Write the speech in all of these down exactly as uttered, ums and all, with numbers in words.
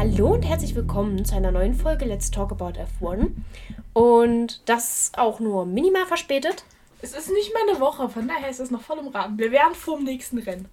Hallo und herzlich willkommen zu einer neuen Folge Let's Talk About F eins. Und das auch nur minimal verspätet. Es ist nicht mal eine Woche, von daher ist es noch voll im Rahmen. Wir wären vor dem nächsten Rennen.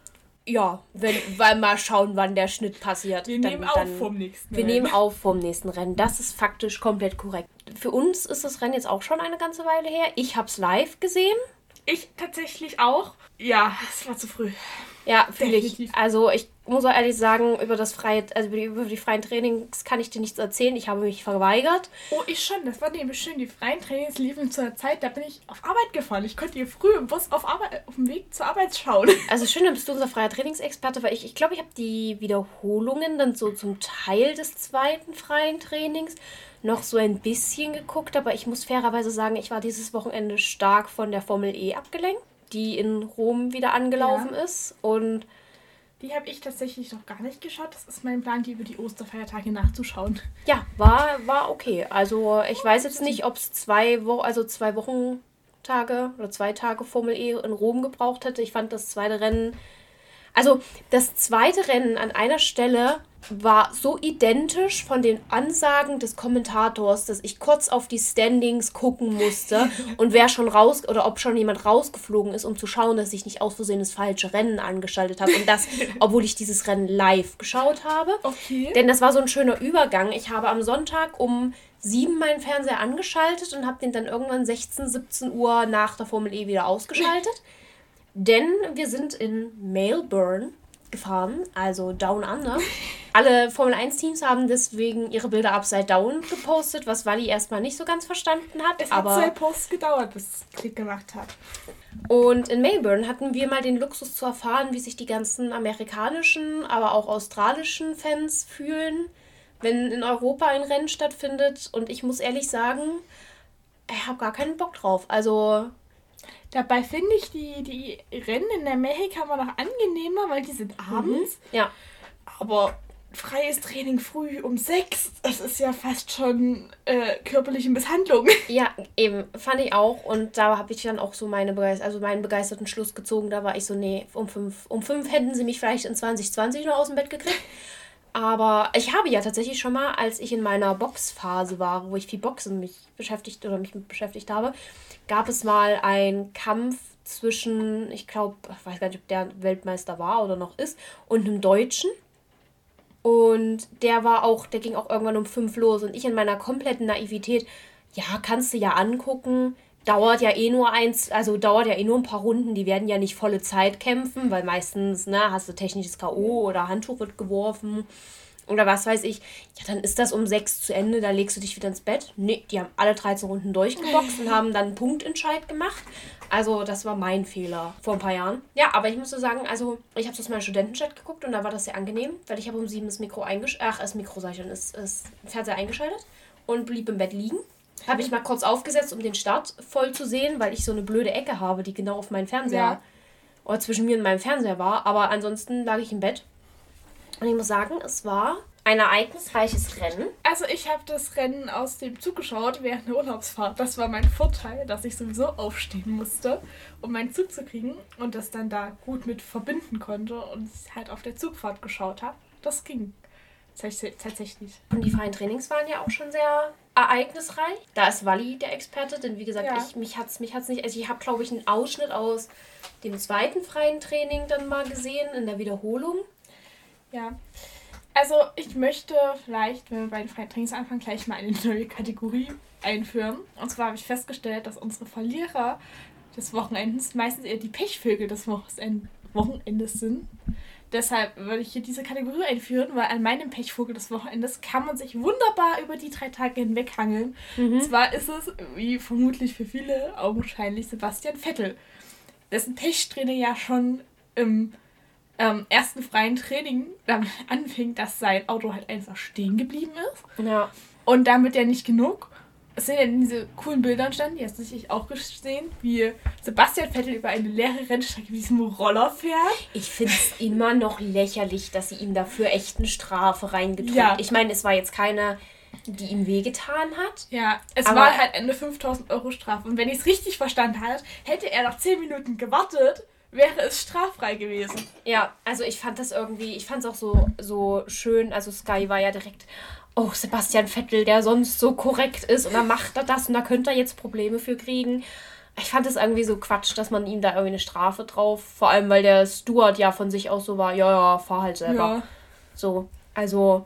Ja, wenn, weil mal schauen, wann der Schnitt passiert. Wir dann, nehmen auf dann, vom nächsten Wir Rennen. nehmen auf vom nächsten Rennen. Das ist faktisch komplett korrekt. Für uns ist das Rennen jetzt auch schon eine ganze Weile her. Ich habe es live gesehen. Ich tatsächlich auch. Ja, es war zu früh. Ja, fühle ich. Definitiv. Also ich muss auch ehrlich sagen, über das freie, also über die, über die freien Trainings kann ich dir nichts erzählen. Ich habe mich verweigert. Oh, ich schon. Das war nämlich schön. Die freien Trainings liefen zur Zeit, da bin ich auf Arbeit gefahren. Ich konnte hier früh im Bus auf, Arbeit, auf dem Weg zur Arbeit schauen. Also schön, dann bist du unser freier Trainingsexperte, weil ich ich, glaube, ich habe die Wiederholungen dann so zum Teil des zweiten freien Trainings noch so ein bisschen geguckt. Aber ich muss fairerweise sagen, ich war dieses Wochenende stark von der Formel E abgelenkt, die in Rom wieder angelaufen Ja. ist. Und Die habe ich tatsächlich noch gar nicht geschaut. Das ist mein Plan, die über die Osterfeiertage nachzuschauen. ja, war, war okay. Also ich weiß jetzt nicht, ob es zwei Wochen, also zwei Wochentage oder zwei Tage Formel E in Rom gebraucht hätte. Ich fand das zweite Rennen, also das zweite Rennen an einer Stelle war so identisch von den Ansagen des Kommentators, dass ich kurz auf die Standings gucken musste und wer schon raus oder ob schon jemand rausgeflogen ist, um zu schauen, dass ich nicht aus Versehen das falsche Rennen angeschaltet habe. Und das, obwohl ich dieses Rennen live geschaut habe. Okay. Denn das war so ein schöner Übergang. Ich habe am Sonntag um sieben meinen Fernseher angeschaltet und habe den dann irgendwann sechzehn, siebzehn Uhr nach der Formel E wieder ausgeschaltet. Denn wir sind in Melbourne gefahren, also Down Under. Alle Formel eins Teams haben deswegen ihre Bilder upside down gepostet, was Wally erstmal nicht so ganz verstanden hat. Es hat aber zwei Posts gedauert, bis es Klick gemacht hat. Und in Melbourne hatten wir mal den Luxus zu erfahren, wie sich die ganzen amerikanischen, aber auch australischen Fans fühlen, wenn in Europa ein Rennen stattfindet. Und ich muss ehrlich sagen, ich habe gar keinen Bock drauf. Also Dabei finde ich die, die Rennen in Amerika immer noch angenehmer, weil die sind abends. ja, Aber freies Training früh um sechs, das ist ja fast schon äh, körperliche Misshandlung. ja, eben, fand ich auch. Und da habe ich dann auch so meine Begeist- also meinen begeisterten Schluss gezogen. Da war ich so, nee, um fünf, um fünf hätten sie mich vielleicht in zwanzig zwanzig noch aus dem Bett gekriegt. Aber ich habe ja tatsächlich schon mal, als ich in meiner Boxphase war, wo ich viel Boxen mich beschäftigt oder mich mit beschäftigt habe, gab es mal einen Kampf zwischen, ich glaube, ich weiß gar nicht, ob der Weltmeister war oder noch ist, und einem Deutschen. Und der war auch, der ging auch irgendwann um fünf los. Und ich in meiner kompletten Naivität, ja, kannst du ja angucken, dauert ja eh nur eins, also dauert ja eh nur ein paar Runden, die werden ja nicht volle Zeit kämpfen, weil meistens, ne, hast du technisches K O oder Handtuch wird geworfen oder was weiß ich. Ja, dann ist das um sechs zu Ende, da legst du dich wieder ins Bett. Nee, die haben alle dreizehn Runden durchgeboxt und haben dann einen Punktentscheid gemacht. Also das war mein Fehler vor ein paar Jahren. Ja, aber ich muss so sagen, also ich habe das aus meinem Studentenchat geguckt und da war das sehr angenehm, weil ich habe um sieben das Mikro eingeschaltet, ach, das Mikro sag ich schon, das, das Fernseher eingeschaltet und blieb im Bett liegen. Habe ich mal kurz aufgesetzt, um den Start voll zu sehen, weil ich so eine blöde Ecke habe, die genau auf meinen Fernseher Ja. oder zwischen mir und meinem Fernseher war. Aber ansonsten lag ich im Bett. Und ich muss sagen, es war ein ereignisreiches Rennen. Also ich habe das Rennen aus dem Zug geschaut während der Urlaubsfahrt. Das war mein Vorteil, dass ich sowieso aufstehen musste, um meinen Zug zu kriegen und das dann da gut mit verbinden konnte und halt auf der Zugfahrt geschaut habe. Das ging tatsächlich. Und die freien Trainings waren ja auch schon sehr ereignisreich. Da ist Wally der Experte, denn wie gesagt, Ja. ich, mich hat es mich hat's nicht... Also ich habe, glaube ich, einen Ausschnitt aus dem zweiten freien Training dann mal gesehen, in der Wiederholung. Ja. Also ich möchte vielleicht, wenn wir bei den freien Trainings anfangen, gleich mal eine neue Kategorie einführen. Und zwar habe ich festgestellt, dass unsere Verlierer des Wochenendes meistens eher die Pechvögel des Wochenend- Wochenendes sind. Deshalb würde ich hier diese Kategorie einführen, weil an meinem Pechvogel des Wochenendes kann man sich wunderbar über die drei Tage hinweg hangeln. Mhm. Und zwar ist es, wie vermutlich für viele, augenscheinlich Sebastian Vettel, dessen Pechsträhne ja schon im ähm, ersten freien Training damit anfing, dass sein Auto halt einfach stehen geblieben ist. Ja. Und damit ja nicht genug. Es sind ja diese coolen Bilder entstanden, die hast du sicherlich auch gesehen, wie Sebastian Vettel über eine leere Rennstrecke mit diesem Roller fährt. Ich finde es immer noch lächerlich, dass sie ihm dafür echt eine Strafe reingedrückt. Ja. Ich meine, es war jetzt keine, die ihm wehgetan hat. Ja, es Aber- war halt eine fünftausend Euro Strafe. Und wenn ich es richtig verstanden habe, hätte er noch zehn Minuten gewartet, wäre es straffrei gewesen. Ja, also ich fand das irgendwie, ich fand es auch so, so schön, also Sky war ja direkt, oh, Sebastian Vettel, der sonst so korrekt ist und dann macht er das und da könnte er jetzt Probleme für kriegen. Ich fand das irgendwie so Quatsch, dass man ihm da irgendwie eine Strafe drauf, vor allem weil der Steward ja von sich aus so war, ja, ja, fahr halt selber. Ja. So, also...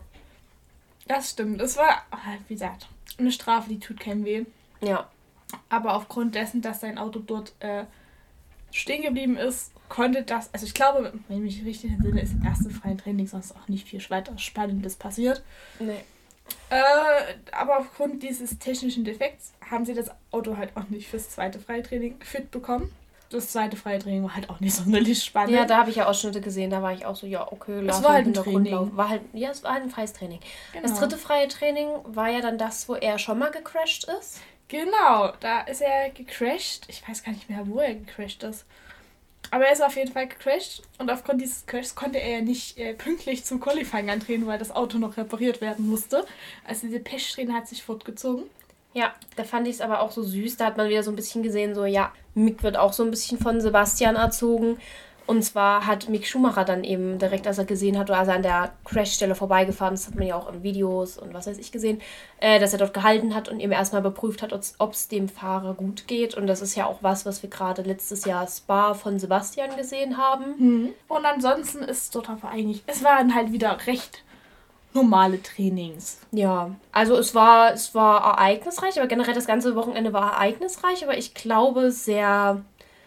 Das stimmt, es war, wie gesagt, eine Strafe, die tut keinem weh. Ja. Aber aufgrund dessen, dass sein Auto dort äh, stehen geblieben ist, konnte das, also ich glaube, wenn ich mich richtig entsinne, ist im ersten freien Training sonst auch nicht viel weiter Spannendes passiert. Nee. Äh, aber aufgrund dieses technischen Defekts haben sie das Auto halt auch nicht fürs zweite Freitraining fit bekommen. Das zweite Freitraining war halt auch nicht sonderlich spannend. Ja, da habe ich ja Ausschnitte gesehen, da war ich auch so, ja, okay, lass es war halt ein Training. War halt, ja, es war halt ein freies Training. Genau. Das dritte freie Training war ja dann das, wo er schon mal gecrashed ist. Genau, da ist er gecrashed. Ich weiß gar nicht mehr, wo er gecrashed ist. Aber er ist auf jeden Fall gecrashed und aufgrund dieses Crashs konnte er ja nicht äh, pünktlich zum Qualifying antreten, weil das Auto noch repariert werden musste. Also diese Pechsträhne hat sich fortgezogen. Ja, da fand ich es aber auch so süß. Da hat man wieder so ein bisschen gesehen, so ja, Mick wird auch so ein bisschen von Sebastian erzogen. Und zwar hat Mick Schumacher dann eben direkt, als er gesehen hat, oder als er an der Crashstelle vorbeigefahren ist, das hat man ja auch in Videos und was weiß ich gesehen, äh, dass er dort gehalten hat und eben erstmal überprüft hat, ob es dem Fahrer gut geht. Und das ist ja auch was, was wir gerade letztes Jahr Spa von Sebastian gesehen haben. Mhm. Und ansonsten ist es dort aber eigentlich, es waren halt wieder recht normale Trainings. Ja, also es war, es war ereignisreich, aber generell das ganze Wochenende war ereignisreich, aber ich glaube sehr,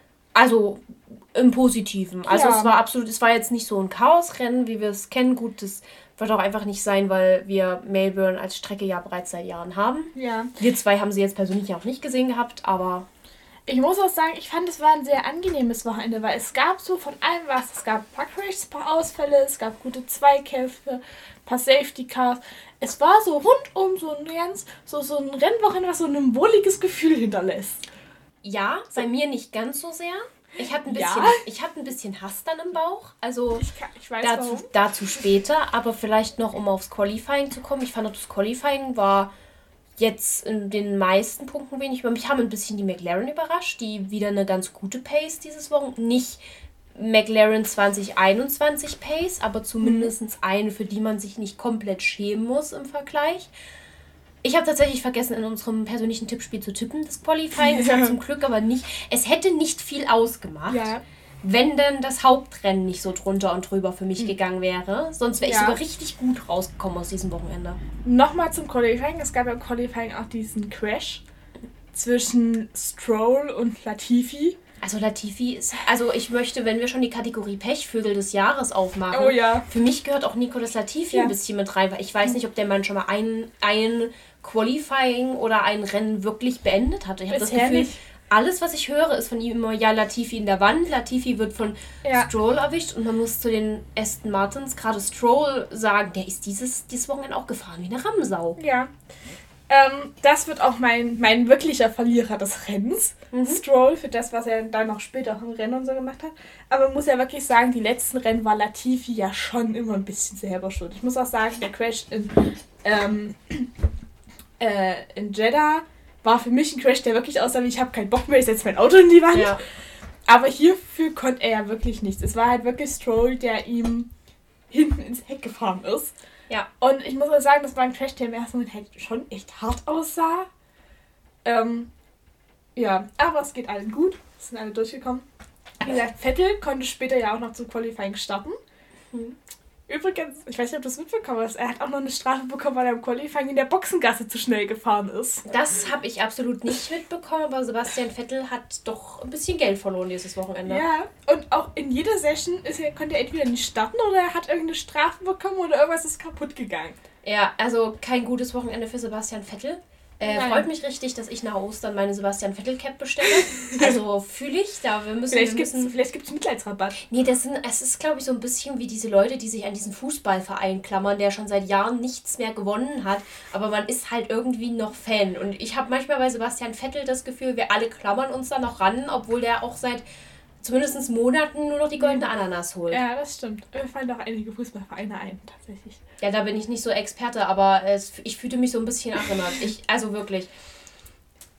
also im Positiven. Also ja. es war absolut, es war jetzt nicht so ein Chaosrennen, wie wir es kennen. Gut, das wird auch einfach nicht sein, weil wir Melbourne als Strecke ja bereits seit Jahren haben. Ja. Wir zwei haben sie jetzt persönlich auch nicht gesehen gehabt, aber... Ich muss auch sagen, ich fand, es war ein sehr angenehmes Wochenende, weil es gab so von allem was. Es gab ein paar Crashs, ein paar Ausfälle, es gab gute Zweikämpfe, ein paar Safety Cars. Es war so rundum so ein ganz, so, so ein Rennwochenende, was so ein wohliges Gefühl hinterlässt. Ja, bei mir nicht ganz so sehr. Ich hatte ein bisschen, ja? ich hatte ein bisschen Hass dann im Bauch. Also ich, kann, ich weiß dazu, dazu später, aber vielleicht noch, um aufs Qualifying zu kommen. Ich fand, das Qualifying war jetzt in den meisten Punkten wenig. Über mich haben ein bisschen die McLaren überrascht, die wieder eine ganz gute Pace dieses Wochenende. Nicht McLaren zwanzig einundzwanzig Pace, aber zumindest mhm. eine, für die man sich nicht komplett schämen muss im Vergleich. Ich habe tatsächlich vergessen, in unserem persönlichen Tippspiel zu tippen, das Qualifying. Das hat zum Glück aber nicht, es hätte nicht viel ausgemacht, ja. wenn denn das Hauptrennen nicht so drunter und drüber für mich mhm. gegangen wäre. Sonst wäre ich ja. sogar richtig gut rausgekommen aus diesem Wochenende. Nochmal zum Qualifying. Es gab ja im Qualifying auch diesen Crash zwischen Stroll und Latifi. Also Latifi ist, also ich möchte, wenn wir schon die Kategorie Pechvögel des Jahres aufmachen, oh ja. für mich gehört auch Nicolas Latifi ja. ein bisschen mit rein, weil ich weiß nicht, ob der Mann schon mal ein, ein Qualifying oder ein Rennen wirklich beendet hat. Ich habe das Gefühl, nicht. Alles, was ich höre, ist von ihm immer, ja, Latifi in der Wand, Latifi wird von ja. Stroll erwischt und man muss zu den Aston Martins, gerade Stroll, sagen, der ist dieses, dieses Wochenende auch gefahren wie eine Ramsau. Ja. Ähm, das wird auch mein, mein wirklicher Verlierer des Rennens. Mhm. Stroll, für das, was er dann noch später auch im Rennen und so gemacht hat. Aber man muss ja wirklich sagen, die letzten Rennen war Latifi ja schon immer ein bisschen selber schuld. Ich muss auch sagen, der Crash in, ähm, äh, in Jeddah war für mich ein Crash, der wirklich aussah wie, ich habe keinen Bock mehr, ich setze mein Auto in die Wand. Ja. Aber hierfür konnte er ja wirklich nichts. Es war halt wirklich Stroll, der ihm hinten ins Heck gefahren ist. Ja. Und ich muss auch sagen, das war ein Crash, der im ersten Moment halt schon echt hart aussah. Ähm, ja, aber es geht allen gut. Es sind alle durchgekommen. Wie gesagt, Vettel konnte später ja auch noch zum Qualifying starten. Mhm. Übrigens, ich weiß nicht, ob du es mitbekommen hast, er hat auch noch eine Strafe bekommen, weil er im Qualifying in der Boxengasse zu schnell gefahren ist. Das habe ich absolut nicht mitbekommen, aber Sebastian Vettel hat doch ein bisschen Geld verloren dieses Wochenende. Ja, und auch in jeder Session ist er, konnte er entweder nicht starten oder er hat irgendeine Strafe bekommen oder irgendwas ist kaputt gegangen. Ja, also kein gutes Wochenende für Sebastian Vettel. Äh, freut mich richtig, dass ich nach Ostern meine Sebastian Vettel Cap bestelle. Also fühle ich, da wir müssen... Vielleicht wir müssen, gibt es Mitleidsrabatt. Nee, das sind, es ist, glaube ich, so ein bisschen wie diese Leute, die sich an diesen Fußballverein klammern, der schon seit Jahren nichts mehr gewonnen hat, aber man ist halt irgendwie noch Fan. Und ich habe manchmal bei Sebastian Vettel das Gefühl, wir alle klammern uns da noch ran, obwohl der auch seit zumindest Monaten nur noch die goldene Ananas holt. Ja, das stimmt. Mir fallen doch einige Fußballvereine ein, tatsächlich. Ja, da bin ich nicht so Experte, aber es, ich fühlte mich so ein bisschen erinnert. Ich, also wirklich.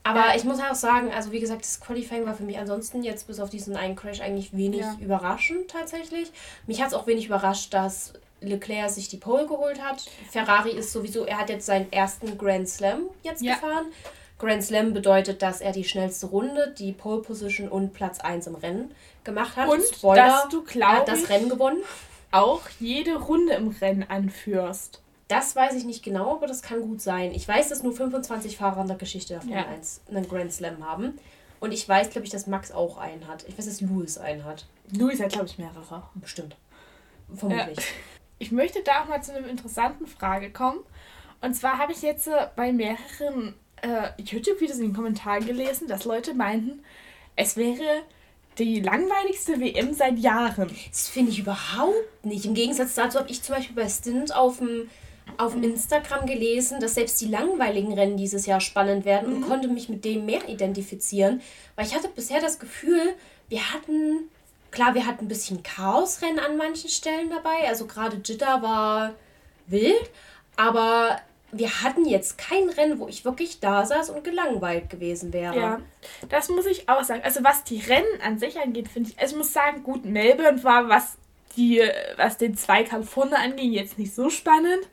Aber ja. ich muss auch sagen, also wie gesagt, das Qualifying war für mich ansonsten jetzt bis auf diesen einen Crash eigentlich wenig ja. überraschend tatsächlich. Mich hat es auch wenig überrascht, dass Leclerc sich die Pole geholt hat. Ferrari ist sowieso, er hat jetzt seinen ersten Grand Slam jetzt ja. gefahren. Grand Slam bedeutet, dass er die schnellste Runde, die Pole Position und Platz eins im Rennen gemacht hat. Und Spoiler, dass du, er hat das Rennen gewonnen. Auch jede Runde im Rennen anführst. Das weiß ich nicht genau, aber das kann gut sein. Ich weiß, dass nur fünfundzwanzig Fahrer in der Geschichte der Formel ja. eins einen Grand Slam haben. Und ich weiß, glaube ich, dass Max auch einen hat. Ich weiß, dass Lewis einen hat. Lewis hat, glaube ich, mehrere. Bestimmt. Vermutlich. Ja. Ich möchte da auch mal zu einer interessanten Frage kommen. Und zwar habe ich jetzt bei mehreren äh, YouTube-Videos in den Kommentaren gelesen, dass Leute meinten, es wäre die langweiligste W M seit Jahren. Das finde ich überhaupt nicht. Im Gegensatz dazu habe ich zum Beispiel bei Stint auf dem auf dem Instagram gelesen, dass selbst die langweiligen Rennen dieses Jahr spannend werden und mhm. konnte mich mit dem mehr identifizieren. Weil ich hatte bisher das Gefühl, wir hatten, klar, wir hatten ein bisschen Chaosrennen an manchen Stellen dabei. Also gerade Jeddah war wild, aber wir hatten jetzt kein Rennen, wo ich wirklich da saß und gelangweilt gewesen wäre. Ja, das muss ich auch sagen. Also was die Rennen an sich angeht, finde ich, also ich muss sagen, gut, Melbourne war, was, die, was den Zweikampf vorne anging, jetzt nicht so spannend.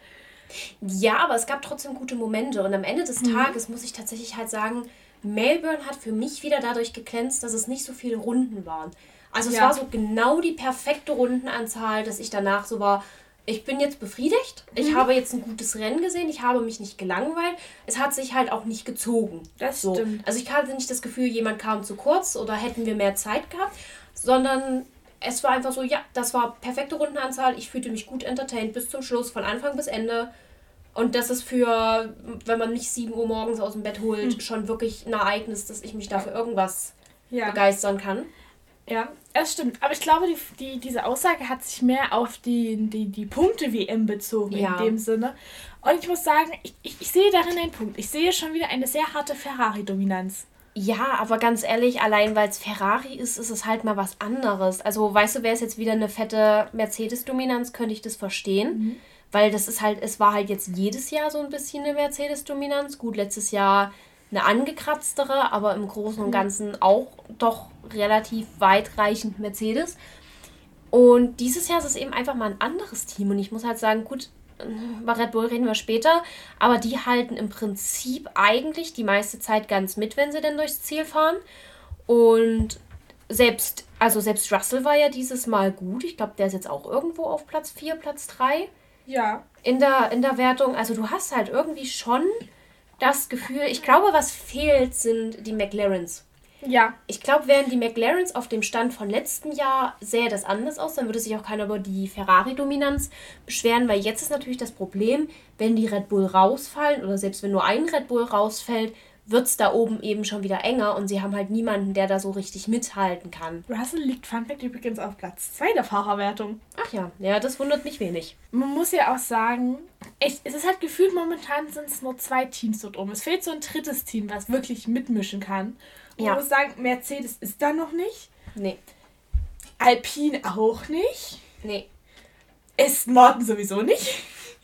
Ja, aber es gab trotzdem gute Momente. Und am Ende des mhm. Tages muss ich tatsächlich halt sagen, Melbourne hat für mich wieder dadurch geglänzt, dass es nicht so viele Runden waren. Also es ja. war so genau die perfekte Rundenanzahl, dass ich danach so war, ich bin jetzt befriedigt, ich mhm. habe jetzt ein gutes Rennen gesehen, ich habe mich nicht gelangweilt, es hat sich halt auch nicht gezogen. Das so. stimmt. Also ich hatte nicht das Gefühl, jemand kam zu kurz oder hätten wir mehr Zeit gehabt, sondern es war einfach so, ja, das war perfekte Rundenanzahl, ich fühlte mich gut entertained bis zum Schluss, von Anfang bis Ende. Und das ist für, wenn man mich sieben Uhr morgens aus dem Bett holt, mhm. schon wirklich ein Ereignis, dass ich mich dafür irgendwas ja. begeistern kann. Ja, das stimmt. Aber ich glaube, die, die, diese Aussage hat sich mehr auf die, die, die Punkte-W M bezogen ja. in dem Sinne. Und ich muss sagen, ich, ich, ich sehe darin einen Punkt. Ich sehe schon wieder eine sehr harte Ferrari-Dominanz. Ja, aber ganz ehrlich, allein weil es Ferrari ist, ist es halt mal was anderes. Also, weißt du, wäre es jetzt wieder eine fette Mercedes-Dominanz, könnte ich das verstehen. Mhm. Weil das ist halt, es war halt jetzt jedes Jahr so ein bisschen eine Mercedes-Dominanz. Gut, letztes Jahr eine angekratztere, aber im Großen und Ganzen auch doch relativ weitreichend Mercedes. Und dieses Jahr ist es eben einfach mal ein anderes Team. Und ich muss halt sagen, gut, bei Red Bull reden wir später, aber die halten im Prinzip eigentlich die meiste Zeit ganz mit, wenn sie denn durchs Ziel fahren. Und selbst, also selbst Russell war ja dieses Mal gut. Ich glaube, der ist jetzt auch irgendwo auf Platz vier, Platz drei. Ja. In der, in der Wertung. Also du hast halt irgendwie schon das Gefühl, ich glaube, was fehlt, sind die McLarens. Ja. Ich glaube, wären die McLarens auf dem Stand von letzten Jahr, sähe das anders aus, dann würde sich auch keiner über die Ferrari-Dominanz beschweren, weil jetzt ist natürlich das Problem, wenn die Red Bull rausfallen oder selbst wenn nur ein Red Bull rausfällt, wird es da oben eben schon wieder enger und sie haben halt niemanden, der da so richtig mithalten kann. Russell liegt, Fun Fact, übrigens auf Platz zwei der Fahrerwertung. Ach ja, ja, das wundert mich wenig. Man muss ja auch sagen, echt, es ist halt gefühlt, momentan sind es nur zwei Teams dort oben. Es fehlt so ein drittes Team, was wirklich mitmischen kann. Und ja. Ich muss sagen, Mercedes ist da noch nicht. Nee. Alpine auch nicht. Nee. Aston Martin sowieso nicht.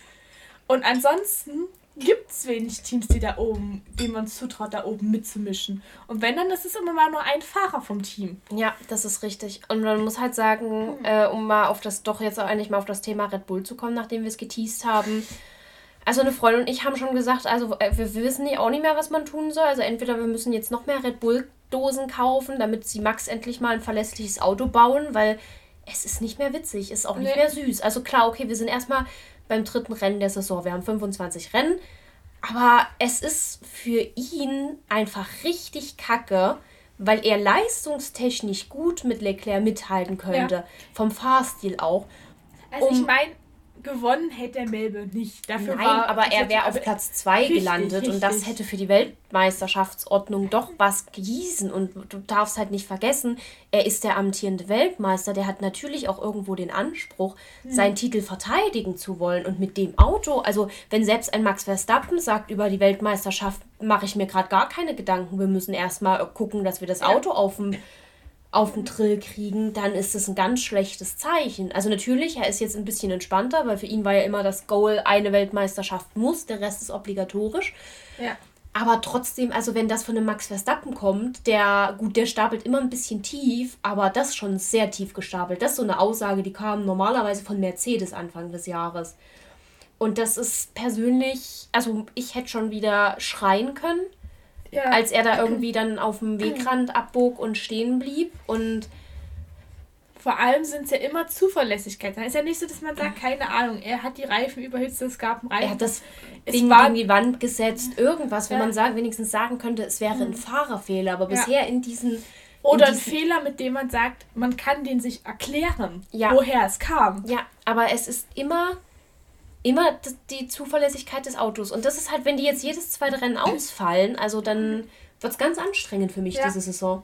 Und ansonsten gibt es wenig Teams, die da oben, denen man zutraut, da oben mitzumischen. Und wenn, dann ist es immer mal nur ein Fahrer vom Team. Ja, das ist richtig. Und man muss halt sagen, hm. äh, um mal auf das, doch jetzt auch eigentlich mal auf das Thema Red Bull zu kommen, nachdem wir es geteased haben. Also eine Freundin und ich haben schon gesagt, also äh, wir, wir wissen auch nicht mehr, was man tun soll. Also entweder wir müssen jetzt noch mehr Red Bull-Dosen kaufen, damit sie Max endlich mal ein verlässliches Auto bauen, weil es ist nicht mehr witzig, ist auch nicht nee. mehr süß. Also klar, okay, wir sind erstmal beim dritten Rennen der Saison. Wir haben fünfundzwanzig Rennen, aber es ist für ihn einfach richtig kacke, weil er leistungstechnisch gut mit Leclerc mithalten könnte. Ja. Vom Fahrstil auch. Also um, ich meine, gewonnen hätte er Melbourne nicht. Dafür Nein, war, aber er wäre auf Platz zwei gelandet richtig. Und das hätte für die Weltmeisterschaftsordnung doch was gießen. Und du darfst halt nicht vergessen, er ist der amtierende Weltmeister, der hat natürlich auch irgendwo den Anspruch, hm. seinen Titel verteidigen zu wollen. Und mit dem Auto, also wenn selbst ein Max Verstappen sagt, über die Weltmeisterschaft mache ich mir gerade gar keine Gedanken, wir müssen erstmal gucken, dass wir das Auto ja. auf dem auf den Trill kriegen, dann ist das ein ganz schlechtes Zeichen. Also natürlich, er ist jetzt ein bisschen entspannter, weil für ihn war ja immer das Goal, eine Weltmeisterschaft muss, der Rest ist obligatorisch. Ja. Aber trotzdem, also wenn das von einem Max Verstappen kommt, der, gut, der stapelt immer ein bisschen tief, aber das schon sehr tief gestapelt. Das ist so eine Aussage, die kam normalerweise von Mercedes Anfang des Jahres. Und das ist persönlich, also ich hätte schon wieder schreien können, ja. als er da irgendwie dann auf dem Wegrand abbog und stehen blieb. Und vor allem sind es ja immer Zuverlässigkeiten. Es ist ja nicht so, dass man sagt, keine Ahnung, er hat die Reifen überhitzt, es gab einen Reifen. Er hat das es Ding war, gegen die Wand gesetzt, irgendwas, wenn ja. man sagen, wenigstens sagen könnte, es wäre ein Fahrerfehler. Aber ja. bisher in diesen... Oder in ein diesen, Fehler, mit dem man sagt, man kann den sich erklären, ja. woher es kam. Ja, aber es ist immer... immer die Zuverlässigkeit des Autos. Und das ist halt, wenn die jetzt jedes zweite Rennen ausfallen, also dann wird es ganz anstrengend für mich, ja. diese Saison.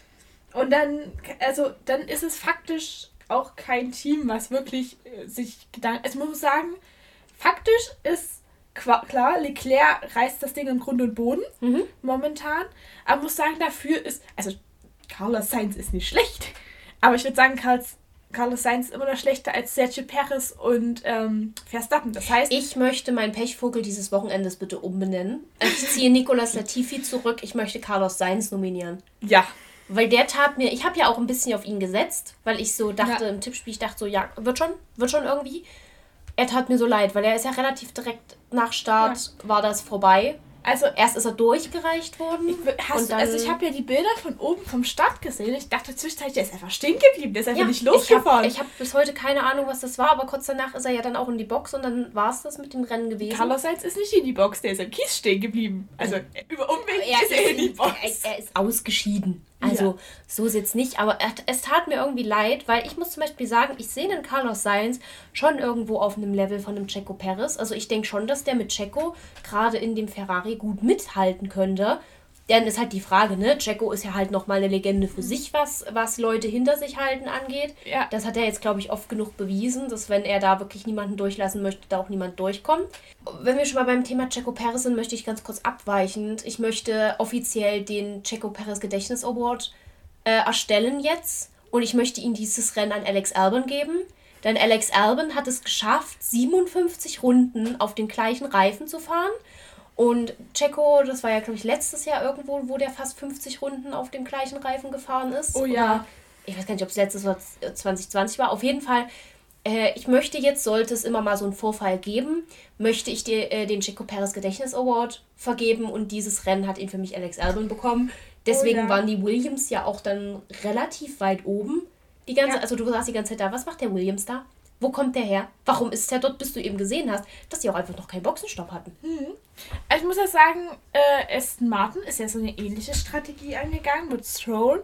Und dann, also dann ist es faktisch auch kein Team, was wirklich sich Gedanken... Also man muss sagen, faktisch ist klar, Leclerc reißt das Ding im Grund und Boden, mhm. momentan. Aber man muss sagen, dafür ist... Also Carlos Sainz ist nicht schlecht, aber ich würde sagen, Carlos... Carlos Sainz ist immer noch schlechter als Sergio Perez und ähm, Verstappen. Das heißt... Ich möchte meinen Pechvogel dieses Wochenendes bitte umbenennen. Ich ziehe Nicolas Latifi zurück. Ich möchte Carlos Sainz nominieren. Ja. Weil der tat mir... Ich habe ja auch ein bisschen auf ihn gesetzt, weil ich so dachte, ja. im Tippspiel, ich dachte so, ja, wird schon, wird schon irgendwie. Er tat mir so leid, weil er ist ja relativ direkt nach Start, ja. war das vorbei. Also erst ist er durchgereicht worden. Ich, hast, und dann, also ich habe ja die Bilder von oben vom Start gesehen. Ich dachte zwischenzeitlich, der ist einfach stehen geblieben. Der ist einfach ja, nicht losgefahren. Ich habe hab bis heute keine Ahnung, was das war. Aber kurz danach ist er ja dann auch in die Box. Und dann war es das mit dem Rennen gewesen. Carlos Sainz ist nicht in die Box. Der ist im Kies stehen geblieben. Also über Umweg er ist er in die Box. Er, er ist ausgeschieden. Also ja. so ist jetzt nicht. Aber er, es tat mir irgendwie leid. Weil ich muss zum Beispiel sagen, ich sehe den Carlos Sainz schon irgendwo auf einem Level von einem Checo Perez. Also ich denke schon, dass der mit Checo gerade in dem Ferrari gut mithalten könnte. Dann ist halt die Frage, ne? Checo ist ja halt nochmal eine Legende für sich, was, was Leute hinter sich halten angeht. Ja. Das hat er jetzt, glaube ich, oft genug bewiesen, dass wenn er da wirklich niemanden durchlassen möchte, da auch niemand durchkommt. Wenn wir schon mal beim Thema Checo Perez sind, möchte ich ganz kurz abweichend. Ich möchte offiziell den Checo Perez Gedächtnis Award äh, erstellen jetzt. Und ich möchte ihm dieses Rennen an Alex Albon geben. Denn Alex Albon hat es geschafft, siebenundfünfzig Runden auf den gleichen Reifen zu fahren. Und Checo, das war ja, glaube ich, letztes Jahr irgendwo, wo der fast fünfzig Runden auf dem gleichen Reifen gefahren ist. Oh ja. Oder, ich weiß gar nicht, ob es letztes oder zwanzig zwanzig war. Auf jeden Fall, äh, ich möchte jetzt, sollte es immer mal so einen Vorfall geben, möchte ich dir, äh, den Checo Perez Gedächtnis Award vergeben. Und dieses Rennen hat ihn für mich Alex Albon bekommen. Deswegen oh ja. waren die Williams ja auch dann relativ weit oben. Die ganze, ja. Also du saßt die ganze Zeit da. Was macht der Williams da? Wo kommt der her? Warum ist der dort, bis du eben gesehen hast, dass die auch einfach noch keinen Boxenstopp hatten? Mhm. Also ich muss ja sagen, äh, Aston Martin ist ja so eine ähnliche Strategie angegangen mit Stroll.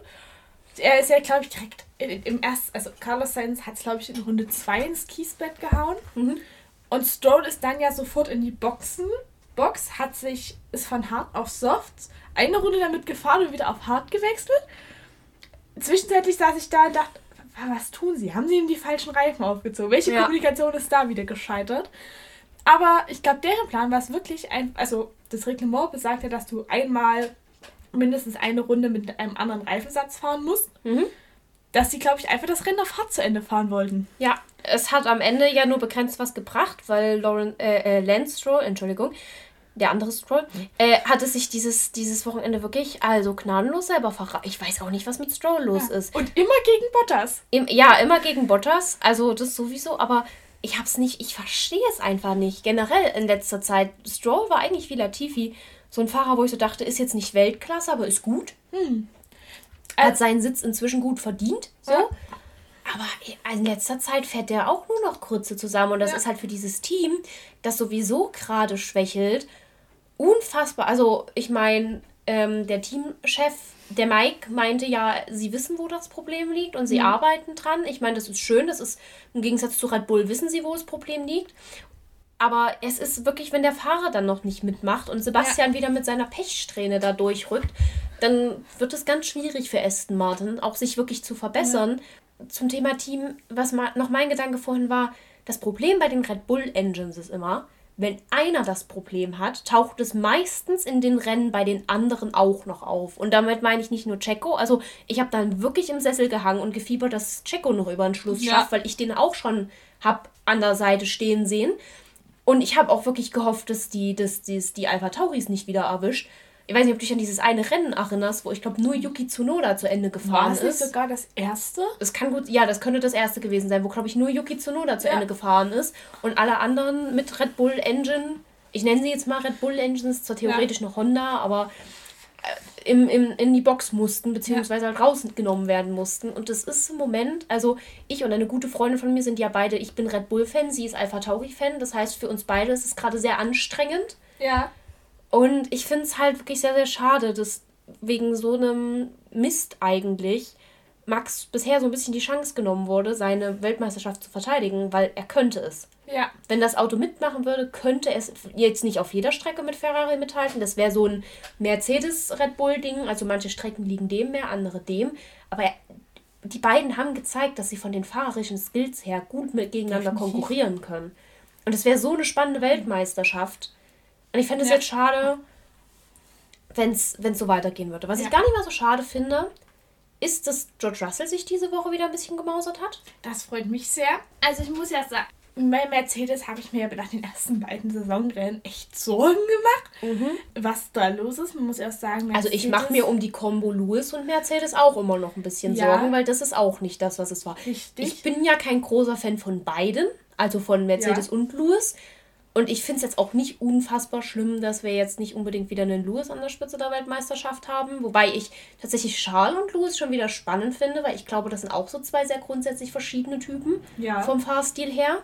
Er ist ja, glaube ich, direkt im ersten, also Carlos Sainz hat es, glaube ich, in Runde zwei ins Kiesbett gehauen. Mhm. Und Stroll ist dann ja sofort in die Boxen. Box hat sich, ist von Hard auf Soft eine Runde damit gefahren und wieder auf Hard gewechselt. Zwischenzeitlich saß ich da und dachte, was tun sie? Haben sie ihm die falschen Reifen aufgezogen? Welche ja. Kommunikation ist da wieder gescheitert? Aber ich glaube, deren Plan war es wirklich, ein, also das Reglement besagt ja, dass du einmal mindestens eine Runde mit einem anderen Reifensatz fahren musst. Mhm. Dass sie, glaube ich, einfach das Rennen auf Hard zu Ende fahren wollten. Ja, es hat am Ende ja nur begrenzt was gebracht, weil Lauren, äh, äh, Lance Stroll, Entschuldigung, der andere Stroll, äh, hatte sich dieses, dieses Wochenende wirklich also gnadenlos selber verraten. Ich weiß auch nicht, was mit Stroll los ja. ist. Und immer gegen Bottas. Im, ja, immer gegen Bottas, also das sowieso, aber ich hab's nicht, ich verstehe es einfach nicht. Generell in letzter Zeit, Stroll war eigentlich wie Latifi so ein Fahrer, wo ich so dachte, ist jetzt nicht Weltklasse, aber ist gut. Hm. Hat seinen Sitz inzwischen gut verdient, so. Ja. Aber in letzter Zeit fährt der auch nur noch Krütze zusammen und das ja. ist halt für dieses Team, das sowieso gerade schwächelt, unfassbar. Also ich meine, ähm, der Teamchef, der Mike, meinte ja, sie wissen, wo das Problem liegt und sie mhm. arbeiten dran. Ich meine, das ist schön, das ist im Gegensatz zu Red Bull, wissen sie, wo das Problem liegt. Aber es ist wirklich, wenn der Fahrer dann noch nicht mitmacht und Sebastian ja. wieder mit seiner Pechsträhne da durchrückt, dann wird es ganz schwierig für Aston Martin, auch sich wirklich zu verbessern. Ja. Zum Thema Team, was ma- noch mein Gedanke vorhin war, das Problem bei den Red Bull Engines ist immer, wenn einer das Problem hat, taucht es meistens in den Rennen bei den anderen auch noch auf. Und damit meine ich nicht nur Checo. Also ich habe dann wirklich im Sessel gehangen und gefiebert, dass Checo noch über den Schluss ja. schafft, weil ich den auch schon habe an der Seite stehen sehen. Und ich habe auch wirklich gehofft, dass die, dass, dass die Alpha Tauris nicht wieder erwischt. Ich weiß nicht, ob du dich an dieses eine Rennen erinnerst, wo ich glaube nur Yuki Tsunoda zu Ende gefahren ist. War es nicht sogar das erste? Das kann gut, ja, das könnte das erste gewesen sein, wo glaube ich nur Yuki Tsunoda zu ja. Ende gefahren ist und alle anderen mit Red Bull Engine, ich nenne sie jetzt mal Red Bull Engines, zwar theoretisch ja. noch Honda, aber äh, im, im, in die Box mussten, beziehungsweise ja. halt rausgenommen werden mussten. Und das ist im Moment, also ich und eine gute Freundin von mir sind ja beide, ich bin Red Bull Fan, sie ist Alpha Tauri Fan, das heißt für uns beide ist es gerade sehr anstrengend. Ja. Und ich finde es halt wirklich sehr, sehr schade, dass wegen so einem Mist eigentlich Max bisher so ein bisschen die Chance genommen wurde, seine Weltmeisterschaft zu verteidigen, weil er könnte es. Ja. Wenn das Auto mitmachen würde, könnte es jetzt nicht auf jeder Strecke mit Ferrari mithalten. Das wäre so ein Mercedes-Red Bull-Ding. Also manche Strecken liegen dem mehr, andere dem. Aber er, die beiden haben gezeigt, dass sie von den fahrerischen Skills her gut mit gegeneinander Definitiv. konkurrieren können. Und es wäre so eine spannende Weltmeisterschaft. Und ich fände es ja. jetzt schade, wenn es so weitergehen würde. Was ja. ich gar nicht mal so schade finde, ist, dass George Russell sich diese Woche wieder ein bisschen gemausert hat. Das freut mich sehr. Also ich muss ja sagen, bei Mercedes habe ich mir nach den ersten beiden Saisonrennen echt Sorgen gemacht, mhm. was da los ist. Man muss ja auch sagen, Mercedes... Also ich mache mir um die Combo Lewis und Mercedes auch immer noch ein bisschen ja. Sorgen, weil das ist auch nicht das, was es war. Richtig. Ich bin ja kein großer Fan von beiden, also von Mercedes ja. und Lewis. Und ich finde es jetzt auch nicht unfassbar schlimm, dass wir jetzt nicht unbedingt wieder einen Lewis an der Spitze der Weltmeisterschaft haben. Wobei ich tatsächlich Charles und Lewis schon wieder spannend finde, weil ich glaube, das sind auch so zwei sehr grundsätzlich verschiedene Typen ja. vom Fahrstil her.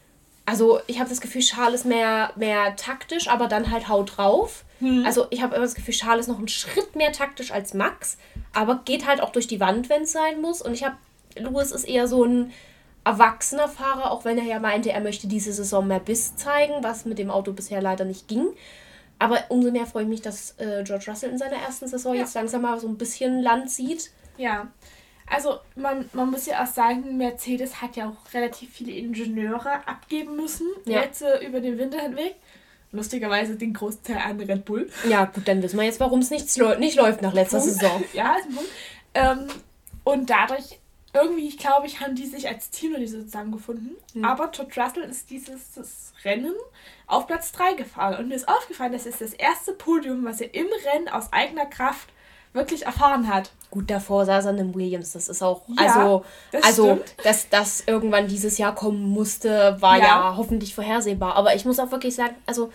Also ich habe das Gefühl, Charles ist mehr, mehr taktisch, aber dann halt haut drauf. Hm. Also ich habe immer das Gefühl, Charles ist noch einen Schritt mehr taktisch als Max, aber geht halt auch durch die Wand, wenn es sein muss. Und ich habe, Lewis ist eher so ein erwachsener Fahrer, auch wenn er ja meinte, er möchte diese Saison mehr Biss zeigen, was mit dem Auto bisher leider nicht ging. Aber umso mehr freue ich mich, dass äh, George Russell in seiner ersten Saison ja. jetzt langsam mal so ein bisschen Land sieht. Ja, also man, man muss ja auch sagen, Mercedes hat ja auch relativ viele Ingenieure abgeben müssen, ja. jetzt äh, über den Winter hinweg. Lustigerweise den Großteil an Red Bull. Ja, gut, dann wissen wir jetzt, warum es nicht, nicht läuft nach letzter Punkt. Saison. Ja, ist ein Punkt. Ähm, und dadurch irgendwie, ich glaube ich, haben die sich als Team noch nicht so zusammengefunden. Mhm. Aber George Russell ist dieses das Rennen auf Platz drei gefahren. Und mir ist aufgefallen, das ist das erste Podium, was er im Rennen aus eigener Kraft wirklich erfahren hat. Gut, davor saß er in einem Williams. Das ist auch, ja, also, das also dass das irgendwann dieses Jahr kommen musste, war ja. ja hoffentlich vorhersehbar. Aber ich muss auch wirklich sagen, also,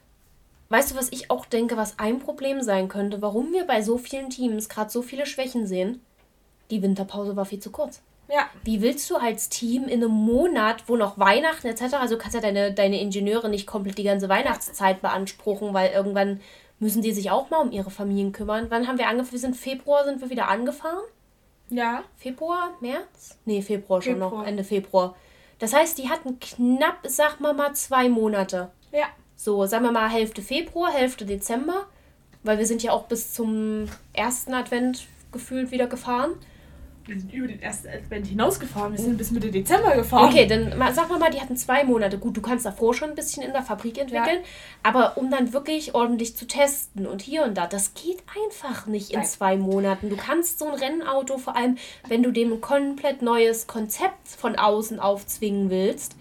weißt du, was ich auch denke, was ein Problem sein könnte, warum wir bei so vielen Teams gerade so viele Schwächen sehen? Die Winterpause war viel zu kurz. Ja. Wie willst du als Team in einem Monat, wo noch Weihnachten et cetera, also du kannst ja deine, deine Ingenieure nicht komplett die ganze Weihnachtszeit beanspruchen, weil irgendwann müssen die sich auch mal um ihre Familien kümmern. Wann haben wir angefangen? Wir sind Februar, sind wir wieder angefahren? Ja. Februar? März? Nee, Februar schon Februar. noch, Ende Februar. Das heißt, die hatten knapp, sag mal mal, zwei Monate. Ja. So, sagen wir mal Hälfte Februar, Hälfte Dezember, weil wir sind ja auch bis zum ersten Advent gefühlt wieder gefahren. Wir sind über den ersten Advent hinausgefahren. Wir sind bis Mitte Dezember gefahren. Okay, dann mal, sag mal mal, die hatten zwei Monate. Gut, du kannst davor schon ein bisschen in der Fabrik entwickeln, ja. aber um dann wirklich ordentlich zu testen und hier und da, das geht einfach nicht in Nein. zwei Monaten. Du kannst so ein Rennauto, vor allem wenn du dem ein komplett neues Konzept von außen aufzwingen willst,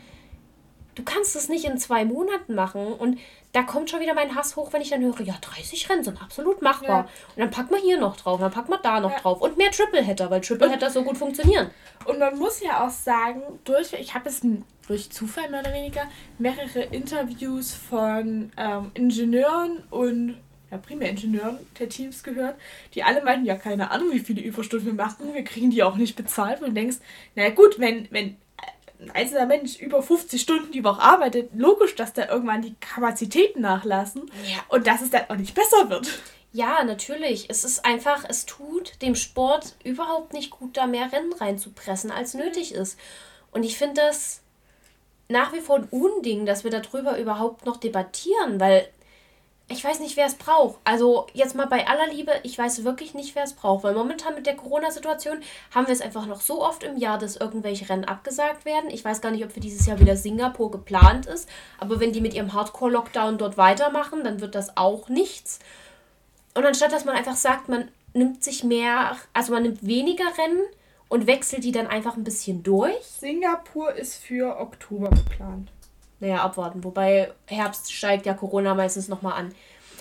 du kannst es nicht in zwei Monaten machen. Und da kommt schon wieder mein Hass hoch, wenn ich dann höre, ja, dreißig Rennen sind absolut machbar. Ja. Und dann packt man hier noch drauf, dann packt man da noch ja. drauf. Und mehr Tripleheader, weil Tripleheader so gut funktionieren. Und man muss ja auch sagen, durch, ich habe es durch Zufall mehr oder weniger, mehrere Interviews von ähm, Ingenieuren und ja, primär Ingenieuren der Teams gehört, die alle meinten, ja, keine Ahnung, wie viele Überstunden wir machen, wir kriegen die auch nicht bezahlt. Und du denkst, naja gut, wenn, wenn ein einzelner Mensch über fünfzig Stunden die Woche arbeitet, logisch, dass da irgendwann die Kapazitäten nachlassen ja. und dass es dann auch nicht besser wird. Ja, natürlich. Es ist einfach, es tut dem Sport überhaupt nicht gut, da mehr Rennen reinzupressen, als nötig ist. Und ich finde das nach wie vor ein Unding, dass wir darüber überhaupt noch debattieren, weil ich weiß nicht, wer es braucht. Also jetzt mal bei aller Liebe, ich weiß wirklich nicht, wer es braucht, weil momentan mit der Corona-Situation haben wir es einfach noch so oft im Jahr, dass irgendwelche Rennen abgesagt werden. Ich weiß gar nicht, ob für dieses Jahr wieder Singapur geplant ist, aber wenn die mit ihrem Hardcore-Lockdown dort weitermachen, dann wird das auch nichts. Und anstatt, dass man einfach sagt, man nimmt sich mehr, also man nimmt weniger Rennen und wechselt die dann einfach ein bisschen durch. Singapur ist für Oktober geplant. naja, abwarten. Wobei Herbst steigt ja Corona meistens nochmal an.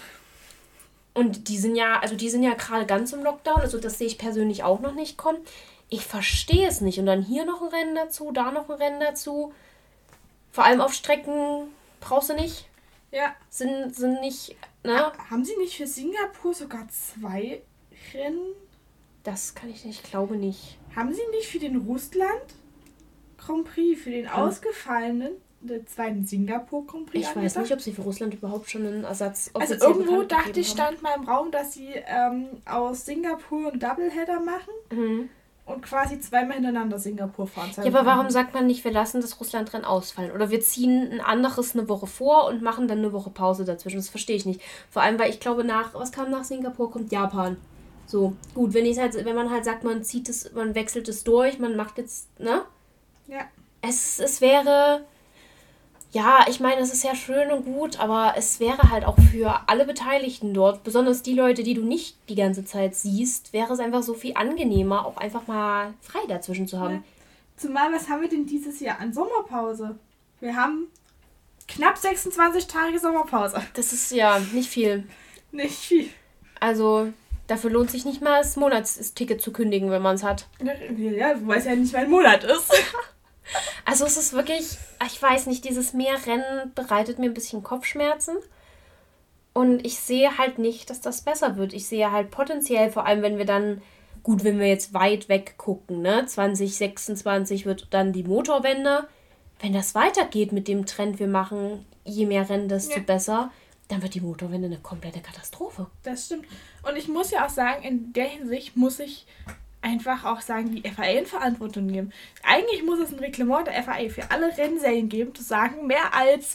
Und die sind ja, also die sind ja gerade ganz im Lockdown, also das sehe ich persönlich auch noch nicht kommen. Ich verstehe es nicht. Und dann hier noch ein Rennen dazu, da noch ein Rennen dazu. Vor allem auf Strecken brauchst du nicht. Ja. Sind, sind nicht, ne? Haben sie nicht für Singapur sogar zwei Rennen? Das kann ich nicht, glaube nicht. Haben sie nicht für den Russland Grand Prix, für den hm. ausgefallenen, den zweiten Singapur Grand Prix? Ich angedacht? weiß nicht, ob sie für Russland überhaupt schon einen Ersatz Also irgendwo dachte ich, stand mal im Raum, dass sie ähm, aus Singapur einen Doubleheader machen. Mhm. Und quasi zweimal hintereinander Singapur fahren. Ja, aber warum sagt man nicht, wir lassen das Russland-Rennen ausfallen? Oder wir ziehen ein anderes eine Woche vor und machen dann eine Woche Pause dazwischen. Das verstehe ich nicht. Vor allem, weil ich glaube, nach, was kam nach Singapur, kommt Japan. So, gut, wenn ich halt, wenn man halt sagt, man zieht es, man wechselt es durch, man macht jetzt, ne? Ja. Es, es wäre, ja, ich meine, es ist ja schön und gut, aber es wäre halt auch für alle Beteiligten dort, besonders die Leute, die du nicht die ganze Zeit siehst, wäre es einfach so viel angenehmer, auch einfach mal frei dazwischen zu haben. Ja. Zumal, was haben wir denn dieses Jahr an Sommerpause? Wir haben knapp sechsundzwanzig Tage Sommerpause. Das ist ja nicht viel. Nicht viel. Also, dafür lohnt sich nicht mal das Monatsticket zu kündigen, wenn man es hat. Ja, weil es ja nicht mein Monat ist. Also es ist wirklich, ich weiß nicht, dieses Meerrennen bereitet mir ein bisschen Kopfschmerzen. Und ich sehe halt nicht, dass das besser wird. Ich sehe halt potenziell, vor allem wenn wir dann, gut, wenn wir jetzt weit weg gucken, ne, zwanzig sechsundzwanzig wird dann die Motorwende. Wenn das weitergeht mit dem Trend, wir machen je mehr Rennen, desto ja. besser, dann wird die Motorwende eine komplette Katastrophe. Das stimmt. Und ich muss ja auch sagen, in der Hinsicht muss ich einfach auch sagen, die F I A in Verantwortung geben. Eigentlich muss es ein Reglement der F I A für alle Rennserien geben, zu sagen, mehr als,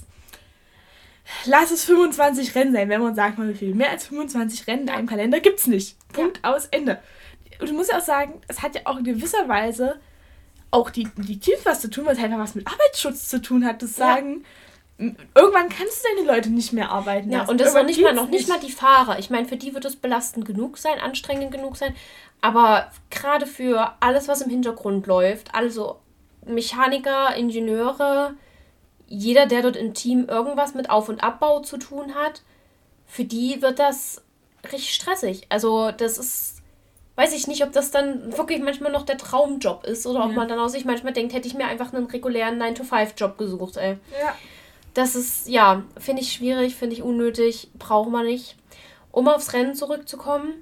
lass es fünfundzwanzig Rennen sein, wenn man sagt mal wie viel, mehr als fünfundzwanzig Rennen in einem Kalender gibt es nicht. Punkt, ja. Aus, Ende. Und du musst ja auch sagen, es hat ja auch in gewisser Weise auch die, die Teams was zu tun, weil es einfach was mit Arbeitsschutz zu tun hat, das sagen, ja. Irgendwann kannst du deine Leute nicht mehr arbeiten lassen. Ja, und das ist noch nicht mal, noch nicht mal die Fahrer. Ich meine, für die wird es belastend genug sein, anstrengend genug sein. Aber gerade für alles, was im Hintergrund läuft, also Mechaniker, Ingenieure, jeder, der dort im Team irgendwas mit Auf- und Abbau zu tun hat, für die wird das richtig stressig. Also das ist, weiß ich nicht, ob das dann wirklich manchmal noch der Traumjob ist oder ob ja. man dann auch sich manchmal denkt, hätte ich mir einfach einen regulären nine to five Job gesucht, ey. Ja. Das ist, ja, finde ich schwierig, finde ich unnötig, braucht man nicht. Um aufs Rennen zurückzukommen.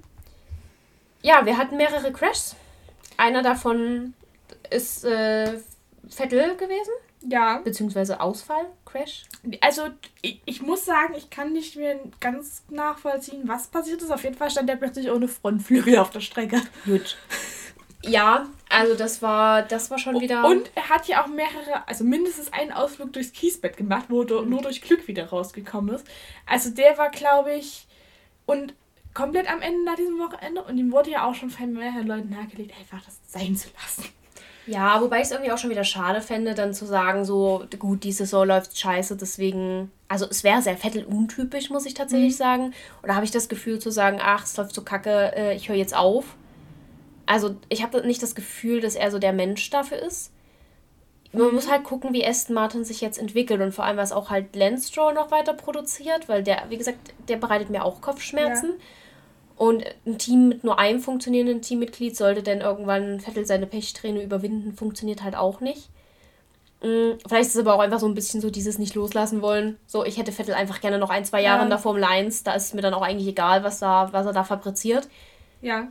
Ja, wir hatten mehrere Crashs. Einer davon ist äh, Vettel gewesen. Ja. Beziehungsweise Ausfall, Crash. Also, ich, ich muss sagen, ich kann nicht mehr ganz nachvollziehen, was passiert ist. Auf jeden Fall stand der plötzlich ohne Frontflügel auf der Strecke. Gut. Ja, also das war, das war schon wieder... Und er hat ja auch mehrere, also mindestens einen Ausflug durchs Kiesbett gemacht, wo er mhm. nur durch Glück wieder rausgekommen ist. Also der war, glaube ich, und komplett am Ende nach diesem Wochenende. Und ihm wurde ja auch schon von mehreren Leuten nahegelegt, einfach das sein zu lassen. Ja, wobei ich es irgendwie auch schon wieder schade fände, dann zu sagen, so, gut, die Saison läuft scheiße, deswegen... Also es wäre sehr Vettel-untypisch, muss ich tatsächlich mhm. sagen. Oder habe ich das Gefühl zu sagen, ach, es läuft so kacke, äh, ich höre jetzt auf. Also ich habe nicht das Gefühl, dass er so der Mensch dafür ist. Man mhm. muss halt gucken, wie Aston Martin sich jetzt entwickelt und vor allem, was auch halt Lance Stroll noch weiter produziert, weil der, wie gesagt, der bereitet mir auch Kopfschmerzen. Ja. Und ein Team mit nur einem funktionierenden Teammitglied sollte dann irgendwann Vettel seine Pechsträhne überwinden, funktioniert halt auch nicht. Vielleicht ist es aber auch einfach so ein bisschen so dieses nicht loslassen wollen. So, ich hätte Vettel einfach gerne noch ein, zwei Jahre ja. in der Formel eins, da ist es mir dann auch eigentlich egal, was, da, was er da fabriziert. Ja.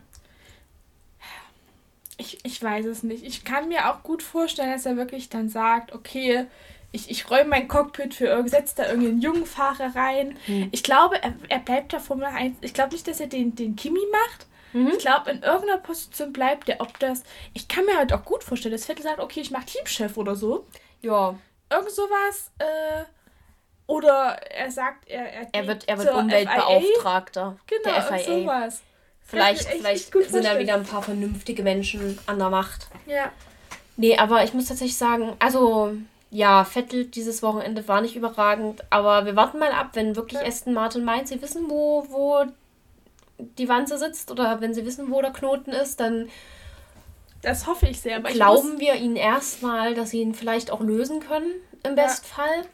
Ich, ich weiß es nicht. Ich kann mir auch gut vorstellen, dass er wirklich dann sagt, okay, ich, ich räume mein Cockpit für irgend, setze da irgendeinen jungen Fahrer rein. Hm. Ich glaube, er, er bleibt da Formel eins. Ich glaube nicht, dass er den, den Kimi macht. Mhm. Ich glaube, in irgendeiner Position bleibt er. Ob das... Ich kann mir halt auch gut vorstellen, dass Vettel sagt, okay, ich mache Teamchef oder so. Ja. Irgend sowas. Äh, oder er sagt, er... Er, er wird, er wird Umweltbeauftragter genau, der F I A. Genau, sowas. Vielleicht, echt, vielleicht echt sind da wieder ein paar vernünftige Menschen an der Macht. Ja. Nee, aber ich muss tatsächlich sagen, also, ja, Vettel dieses Wochenende war nicht überragend, aber wir warten mal ab, wenn wirklich ja. Aston Martin meint, sie wissen, wo, wo die Wanze sitzt oder wenn sie wissen, wo der Knoten ist, dann das hoffe ich sehr. Aber glauben ich wir ihnen erstmal, dass sie ihn vielleicht auch lösen können, im ja. Bestfall.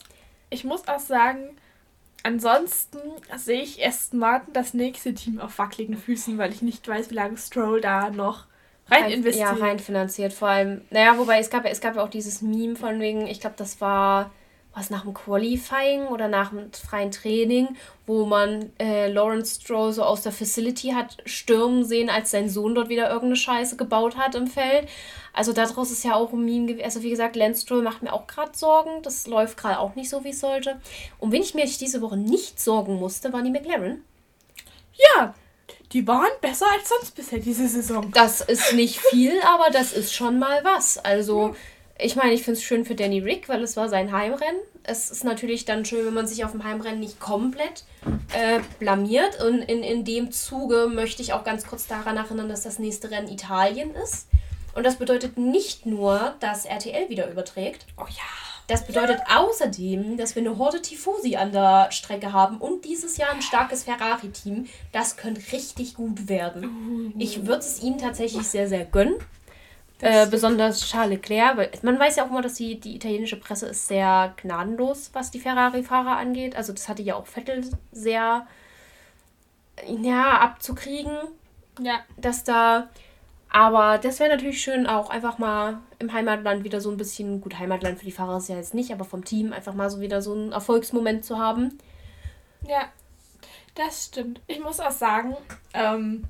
ich muss auch sagen, ansonsten sehe ich Aston Martin das nächste Team auf wackeligen Füßen, weil ich nicht weiß, wie lange Stroll da noch rein, rein investiert. Ja, rein finanziert. Vor allem, naja, wobei es gab, es gab ja auch dieses Meme von wegen, ich glaube, das war was nach dem Qualifying oder nach dem freien Training, wo man äh, Lawrence Stroll so aus der Facility hat stürmen sehen, als sein Sohn dort wieder irgendeine Scheiße gebaut hat im Feld. Also daraus ist ja auch ein Meme gewesen. Also wie gesagt, Lance Stroll macht mir auch gerade Sorgen. Das läuft gerade auch nicht so, wie es sollte. Und wenn ich mir diese Woche nicht sorgen musste, waren die McLaren. Ja, die waren besser als sonst bisher diese Saison. Das ist nicht viel, aber das ist schon mal was. Also... Hm. Ich meine, ich finde es schön für Danny Rick, weil es war sein Heimrennen. Es ist natürlich dann schön, wenn man sich auf dem Heimrennen nicht komplett äh, blamiert. Und in, in dem Zuge möchte ich auch ganz kurz daran erinnern, dass das nächste Rennen Italien ist. Und das bedeutet nicht nur, dass R T L wieder überträgt. Oh ja. Das bedeutet ja. außerdem, dass wir eine Horde Tifosi an der Strecke haben und dieses Jahr ein starkes Ferrari-Team. Das könnte richtig gut werden. Ich würde es ihnen tatsächlich sehr, sehr gönnen. Äh, besonders Charles Leclerc, weil man weiß ja auch immer, dass die, die italienische Presse ist sehr gnadenlos, was die Ferrari-Fahrer angeht. Also das hatte ja auch Vettel sehr ja, abzukriegen. Ja. Dass da... Aber das wäre natürlich schön, auch einfach mal im Heimatland wieder so ein bisschen... Gut, Heimatland für die Fahrer ist ja jetzt nicht, aber vom Team einfach mal so wieder so einen Erfolgsmoment zu haben. Ja, das stimmt. Ich muss auch sagen, ähm...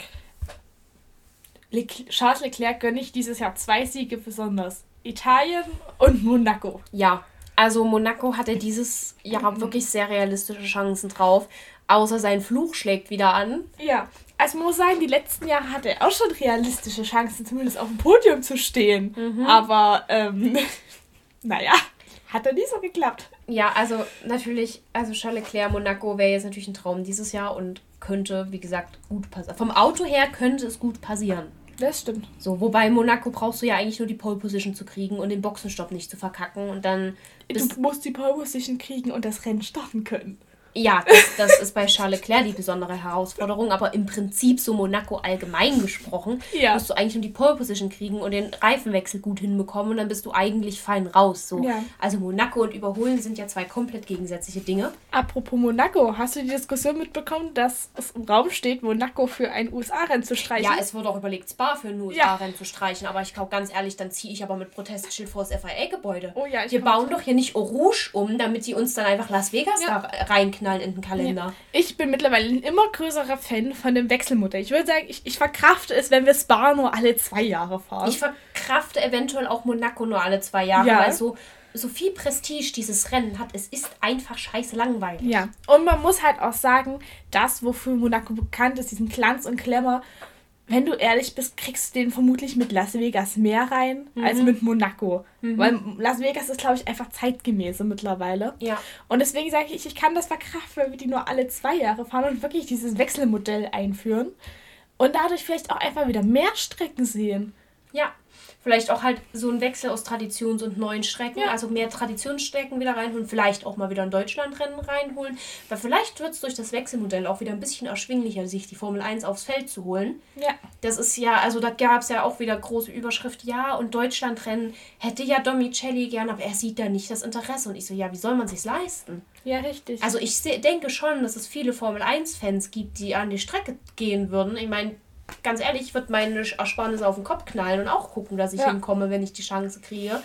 Le- Charles Leclerc gönne ich dieses Jahr zwei Siege besonders. Italien und Monaco. Ja, also Monaco hatte dieses Jahr wirklich sehr realistische Chancen drauf. Außer sein Fluch schlägt wieder an. Ja, also man muss sagen, die letzten Jahre hatte er auch schon realistische Chancen, zumindest auf dem Podium zu stehen. Mhm. Aber, ähm, naja, hat er nie so geklappt. Ja, also natürlich, also Charles Leclerc, Monaco wäre jetzt natürlich ein Traum dieses Jahr und könnte, wie gesagt, gut passieren. Vom Auto her könnte es gut passieren. Das stimmt. So, wobei Monaco brauchst du ja eigentlich nur die Pole Position zu kriegen und den Boxenstopp nicht zu verkacken und dann... Du musst die Pole Position kriegen und das Rennen starten können. Ja, das, das ist bei Charles Leclerc die besondere Herausforderung, aber im Prinzip so Monaco allgemein gesprochen, ja. musst du eigentlich nur die Pole Position kriegen und den Reifenwechsel gut hinbekommen und dann bist du eigentlich fein raus. So. Ja. Also Monaco und Überholen sind ja zwei komplett gegensätzliche Dinge. Apropos Monaco, hast du die Diskussion mitbekommen, dass es im Raum steht, Monaco für ein U S A-Rennen zu streichen? Ja, es wurde auch überlegt, Spa für ein U S A-Rennen ja. zu streichen, aber ich glaube ganz ehrlich, dann ziehe ich aber mit Protestschild vor das F I A-Gebäude. Oh ja, ich Wir bauen doch hier nicht Eau Rouge um, damit die uns dann einfach Las Vegas ja. da reinknallen in den Kalender. Ja. Ich bin mittlerweile ein immer größerer Fan von dem Wechselmodell. Ich würde sagen, ich, ich verkrafte es, wenn wir Spa nur alle zwei Jahre fahren. Ich verkrafte eventuell auch Monaco nur alle zwei Jahre, ja. weil so, so viel Prestige dieses Rennen hat. Es ist einfach scheiße langweilig. Ja, und man muss halt auch sagen, das, wofür Monaco bekannt ist, diesen Glanz und Glamour, wenn du ehrlich bist, kriegst du den vermutlich mit Las Vegas mehr rein, mhm. als mit Monaco. Mhm. Weil Las Vegas ist, glaube ich, einfach zeitgemäße mittlerweile. Ja. Und deswegen sage ich, ich kann das verkraften, wenn wir die nur alle zwei Jahre fahren und wirklich dieses Wechselmodell einführen. Und dadurch vielleicht auch einfach wieder mehr Strecken sehen. Ja. Vielleicht auch halt so ein Wechsel aus Traditions- und neuen Strecken, ja. also mehr Traditionsstrecken wieder reinholen, vielleicht auch mal wieder ein Deutschlandrennen reinholen, weil vielleicht wird es durch das Wechselmodell auch wieder ein bisschen erschwinglicher, sich die Formel eins aufs Feld zu holen. Ja. Das ist ja, also da gab es ja auch wieder große Überschrift, ja, und Deutschlandrennen hätte ja Domicelli gern, aber er sieht da nicht das Interesse. Und ich so, ja, wie soll man sich's leisten? Ja, richtig. Also ich se- denke schon, dass es viele Formel eins Fans gibt, die an die Strecke gehen würden. Ich meine, ganz ehrlich, ich würde meine Ersparnisse auf den Kopf knallen und auch gucken, dass ich ja. hinkomme, wenn ich die Chance kriege.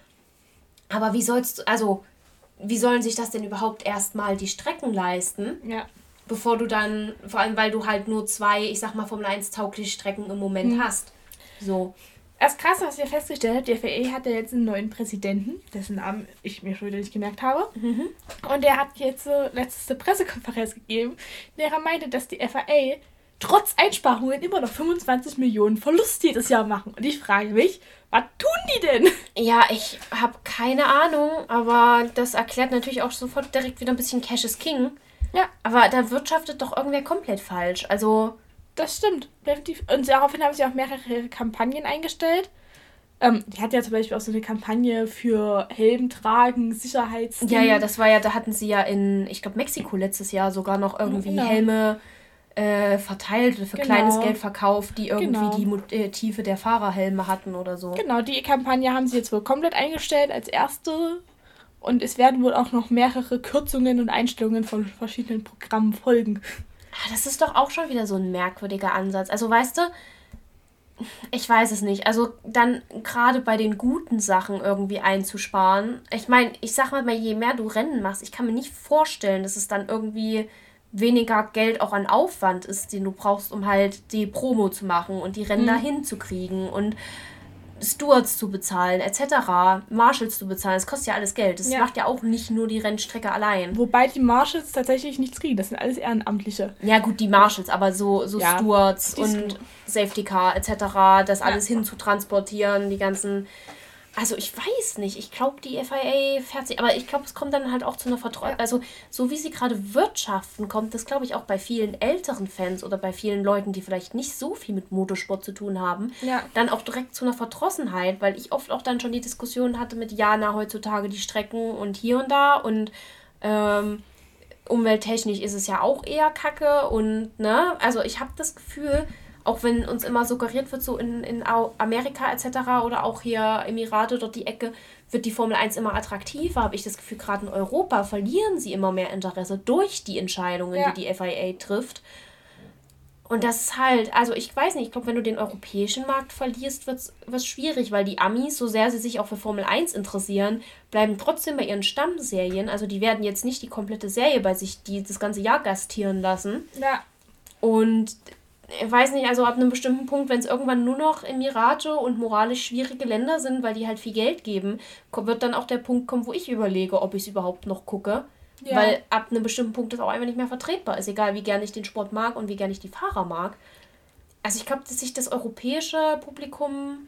Aber wie sollst du, also, wie sollen sich das denn überhaupt erstmal die Strecken leisten? Ja. Bevor du dann, vor allem, weil du halt nur zwei, ich sag mal, Formel eins taugliche Strecken im Moment mhm. hast. So. Das Krasse, was ich festgestellt habe, die F I A hat ja jetzt einen neuen Präsidenten, dessen Namen ich mir schon wieder nicht gemerkt habe. Mhm. Und der hat jetzt äh, letzte Pressekonferenz gegeben, in der er meinte, dass die F I A trotz Einsparungen immer noch fünfundzwanzig Millionen Verlust jedes Jahr machen. Und ich frage mich, was tun die denn? Ja, ich habe keine Ahnung, aber das erklärt natürlich auch sofort direkt wieder ein bisschen Cash is King. Ja. Aber da wirtschaftet doch irgendwer komplett falsch. Also... Das stimmt, definitiv. Und daraufhin haben sie auch mehrere Kampagnen eingestellt. Ähm, die hat ja zum Beispiel auch so eine Kampagne für Helm tragen, Sicherheits... Ja, ja, das war ja, da hatten sie ja in, ich glaube, Mexiko letztes Jahr sogar noch irgendwie genau. Helme... Äh, verteilt für genau. kleines Geld verkauft, die irgendwie genau. die Mo- äh, Tiefe der Fahrerhelme hatten oder so. Genau, die Kampagne haben sie jetzt wohl komplett eingestellt als erste Und es werden wohl auch noch mehrere Kürzungen und Einstellungen von verschiedenen Programmen folgen. Das ist doch auch schon wieder so ein merkwürdiger Ansatz. Also weißt du, ich weiß es nicht. Also dann gerade bei den guten Sachen irgendwie einzusparen. Ich meine, ich sag mal, je mehr du Rennen machst, ich kann mir nicht vorstellen, dass es dann irgendwie weniger Geld auch an Aufwand ist, den du brauchst, um halt die Promo zu machen und die Rennen mhm. dahin zu kriegen und Stewards zu bezahlen, et cetera, Marshals zu bezahlen. Das kostet ja alles Geld. Das ja. macht ja auch nicht nur die Rennstrecke allein. Wobei die Marshals tatsächlich nichts kriegen. Das sind alles Ehrenamtliche. Ja gut, die Marshals, aber so, so ja, Stewards und Safety Car et cetera, das alles ja. hinzutransportieren, die ganzen... Also ich weiß nicht, ich glaube, die F I A fährt sich, aber ich glaube, es kommt dann halt auch zu einer Vertreibung. Ja. Also so wie sie gerade wirtschaften, kommt das, glaube ich, auch bei vielen älteren Fans oder bei vielen Leuten, die vielleicht nicht so viel mit Motorsport zu tun haben, ja. dann auch direkt zu einer Verdrossenheit, weil ich oft auch dann schon die Diskussion hatte mit, ja, na, heutzutage die Strecken und hier und da und ähm, umwelttechnisch ist es ja auch eher kacke und, ne, also ich habe das Gefühl... Auch wenn uns immer suggeriert wird, so in, in Amerika et cetera oder auch hier Emirate, dort die Ecke, wird die Formel eins immer attraktiver, habe ich das Gefühl, gerade in Europa verlieren sie immer mehr Interesse durch die Entscheidungen, ja. die die F I A trifft. Und das ist halt, also ich weiß nicht, ich glaube, wenn du den europäischen Markt verlierst, wird es schwierig, weil die Amis, so sehr sie sich auch für Formel eins interessieren, bleiben trotzdem bei ihren Stammserien. Also die werden jetzt nicht die komplette Serie bei sich, die das ganze Jahr gastieren lassen. Ja. Und... Ich weiß nicht, also ab einem bestimmten Punkt, wenn es irgendwann nur noch Emirate und moralisch schwierige Länder sind, weil die halt viel Geld geben, wird dann auch der Punkt kommen, wo ich überlege, ob ich es überhaupt noch gucke. Ja. Weil ab einem bestimmten Punkt das auch einfach nicht mehr vertretbar ist, egal wie gerne ich den Sport mag und wie gerne ich die Fahrer mag. Also ich glaube, dass sich das europäische Publikum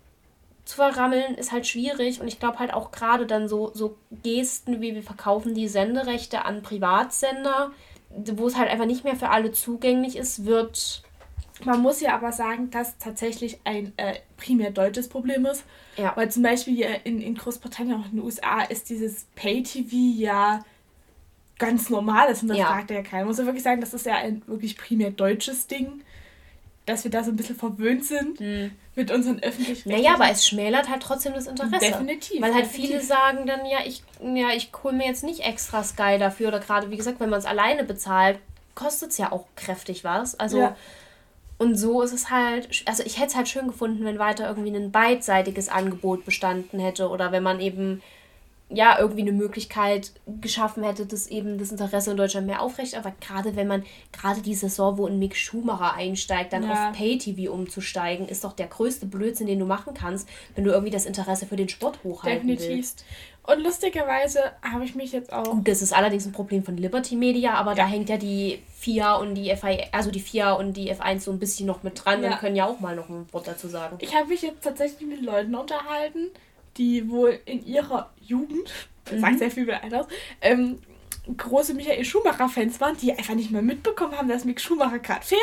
zu verrammeln, ist halt schwierig und ich glaube halt auch gerade dann so, so Gesten, wie wir verkaufen die Senderechte an Privatsender, wo es halt einfach nicht mehr für alle zugänglich ist, wird... Man muss ja aber sagen, dass tatsächlich ein äh, primär deutsches Problem ist. Ja. Weil zum Beispiel in, in Großbritannien und in den U S A ist dieses Pay-T V ja ganz normal. Das hinterfragt ja. ja keiner. Man muss ja wirklich sagen, das ist ja ein wirklich primär deutsches Ding, dass wir da so ein bisschen verwöhnt sind hm. mit unseren öffentlichen... Naja, aber es schmälert halt trotzdem das Interesse. Definitiv. Weil halt definitiv. viele sagen dann, ja, ich, ja, ich hole mir jetzt nicht extra Sky dafür. Oder gerade, wie gesagt, wenn man es alleine bezahlt, kostet es ja auch kräftig was. Also... Ja. Und so ist es halt, also ich hätte es halt schön gefunden, wenn weiter irgendwie ein beidseitiges Angebot bestanden hätte oder wenn man eben, ja, irgendwie eine Möglichkeit geschaffen hätte, dass eben das Interesse in Deutschland mehr aufrecht, aber gerade wenn man, gerade die Saison, wo ein Mick Schumacher einsteigt, dann ja. auf Pay-T V umzusteigen, ist doch der größte Blödsinn, den du machen kannst, wenn du irgendwie das Interesse für den Sport hochhalten Definitiv. willst. Und lustigerweise habe ich mich jetzt auch... Gut, das ist allerdings ein Problem von Liberty Media, aber ja. da hängt ja die F I A und die F I A, also die F I A und die F eins so ein bisschen noch mit dran, ja. und können ja auch mal noch ein Wort dazu sagen. Ich habe mich jetzt tatsächlich mit Leuten unterhalten, die wohl in ihrer Jugend, mhm. sagt sehr viel über einen aus, ähm, große Michael Schumacher-Fans waren, die einfach nicht mehr mitbekommen haben, dass Mick Schumacher gerade fährt.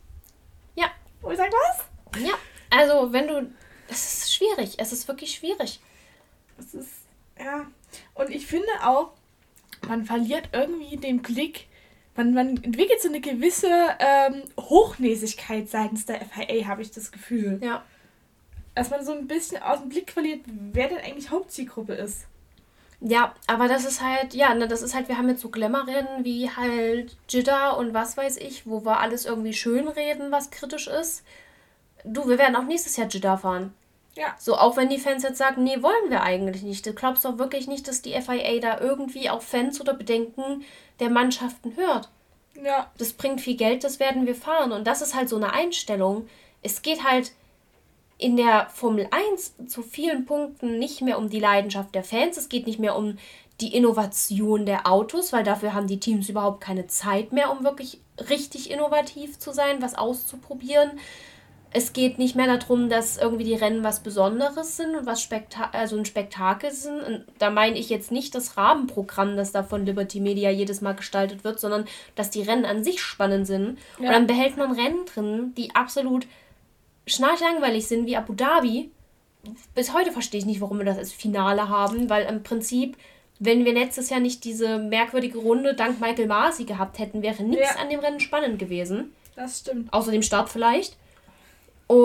Ja. Und ich sag, was? Ja, also wenn du... Es ist schwierig, es ist wirklich schwierig. Es ist... Ja, und ich finde auch, man verliert irgendwie den Blick, man, man entwickelt so eine gewisse ähm, Hochnäsigkeit seitens der F I A, habe ich das Gefühl. Ja. Dass man so ein bisschen aus dem Blick verliert, wer denn eigentlich Hauptzielgruppe ist. Ja, aber das ist halt, ja, ne, das ist halt, wir haben jetzt so Glamour-Rennen wie halt Jeddah und was weiß ich, wo wir alles irgendwie schönreden, was kritisch ist. Du, wir werden auch nächstes Jahr Jeddah fahren. Ja. So, auch wenn die Fans jetzt sagen, nee, wollen wir eigentlich nicht. Du glaubst doch wirklich nicht, dass die F I A da irgendwie auch Fans oder Bedenken der Mannschaften hört. Ja. Das bringt viel Geld, das werden wir fahren. Und das ist halt so eine Einstellung. Es geht halt in der Formel eins zu vielen Punkten nicht mehr um die Leidenschaft der Fans. Es geht nicht mehr um die Innovation der Autos, weil dafür haben die Teams überhaupt keine Zeit mehr, um wirklich richtig innovativ zu sein, was auszuprobieren. Es geht nicht mehr darum, dass irgendwie die Rennen was Besonderes sind und was Spekta- also ein Spektakel sind. Und da meine ich jetzt nicht das Rahmenprogramm, das da von Liberty Media jedes Mal gestaltet wird, sondern dass die Rennen an sich spannend sind. Ja. Und dann behält man Rennen drin, die absolut schnarchlangweilig sind, wie Abu Dhabi. Bis heute verstehe ich nicht, warum wir das als Finale haben, weil im Prinzip, wenn wir letztes Jahr nicht diese merkwürdige Runde dank Michael Masi gehabt hätten, wäre nichts ja. an dem Rennen spannend gewesen. Das stimmt. Außer dem Start vielleicht. Und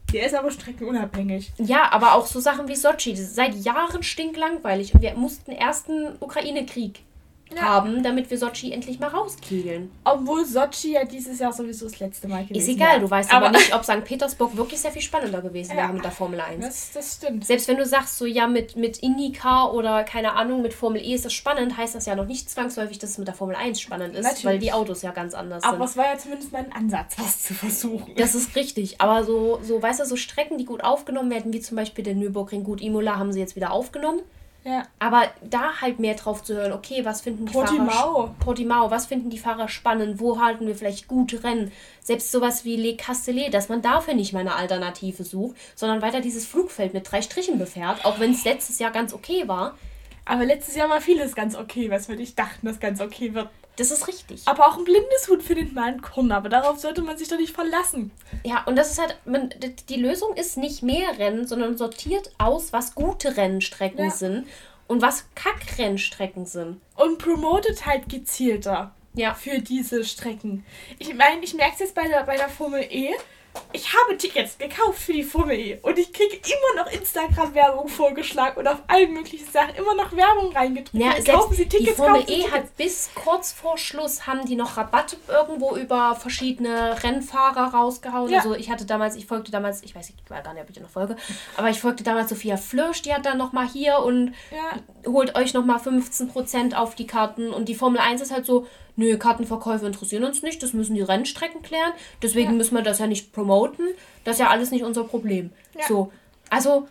Der ist aber streckenunabhängig. Ja, aber auch so Sachen wie Sochi. Das ist seit Jahren stinklangweilig. Und wir mussten erst einen Ukraine-Krieg ja. haben, damit wir Sochi endlich mal rauskegeln. Obwohl Sochi ja dieses Jahr sowieso das letzte Mal gewesen ist. Ist egal, ja. du weißt aber, aber nicht, ob Sankt Petersburg wirklich sehr viel spannender gewesen wäre ja. mit der Formel eins. Das, das stimmt. Selbst wenn du sagst, so ja, mit, mit IndyCar oder keine Ahnung, mit Formel E ist das spannend, heißt das ja noch nicht zwangsläufig, dass es mit der Formel eins spannend ist, Natürlich. weil die Autos ja ganz anders aber sind. Aber es war ja zumindest mal ein Ansatz, was zu versuchen. Das ist richtig, aber so, so, weißt du, so Strecken, die gut aufgenommen werden, wie zum Beispiel der Nürburgring, gut, Imola haben sie jetzt wieder aufgenommen. Ja. Aber da halt mehr drauf zu hören, okay, was finden die Portimao. Fahrer Portimao, was finden die Fahrer spannend, wo halten wir vielleicht gute Rennen, selbst sowas wie Le Castellet, dass man dafür nicht mal eine Alternative sucht, sondern weiter dieses Flugfeld mit drei Strichen befährt, auch wenn es letztes Jahr ganz okay war. Aber letztes Jahr war vieles ganz okay, was wir nicht dachten, dass ganz okay wird. Das ist richtig. Aber auch ein blindes Huhn findet mal einen Korn, aber darauf sollte man sich doch nicht verlassen. Ja, und das ist halt, man, die Lösung ist nicht mehr Rennen, sondern sortiert aus, was gute Rennstrecken ja. sind und was Kack-Rennstrecken sind. Und promotet halt gezielter ja. für diese Strecken. Ich meine, ich merke es jetzt bei der, bei der Formel E. Ich habe Tickets gekauft für die Formel E und ich kriege immer noch Instagram-Werbung vorgeschlagen und auf allen möglichen Sachen immer noch Werbung reingedrückt. Ja, kaufen Sie Tickets, die Formel E Tickets. Hat bis kurz vor Schluss haben die noch Rabatte irgendwo über verschiedene Rennfahrer rausgehauen. Ja. Also ich hatte damals, ich folgte damals, ich weiß nicht, ich weiß gar nicht, ob ich die noch folge, aber ich folgte damals Sophia Flörsch, die hat dann nochmal hier und ja. holt euch nochmal fünfzehn Prozent auf die Karten und die Formel eins ist halt so, nö, Kartenverkäufe interessieren uns nicht, das müssen die Rennstrecken klären, deswegen ja. müssen wir das ja nicht promoten, das ist ja alles nicht unser Problem. Ja. So, also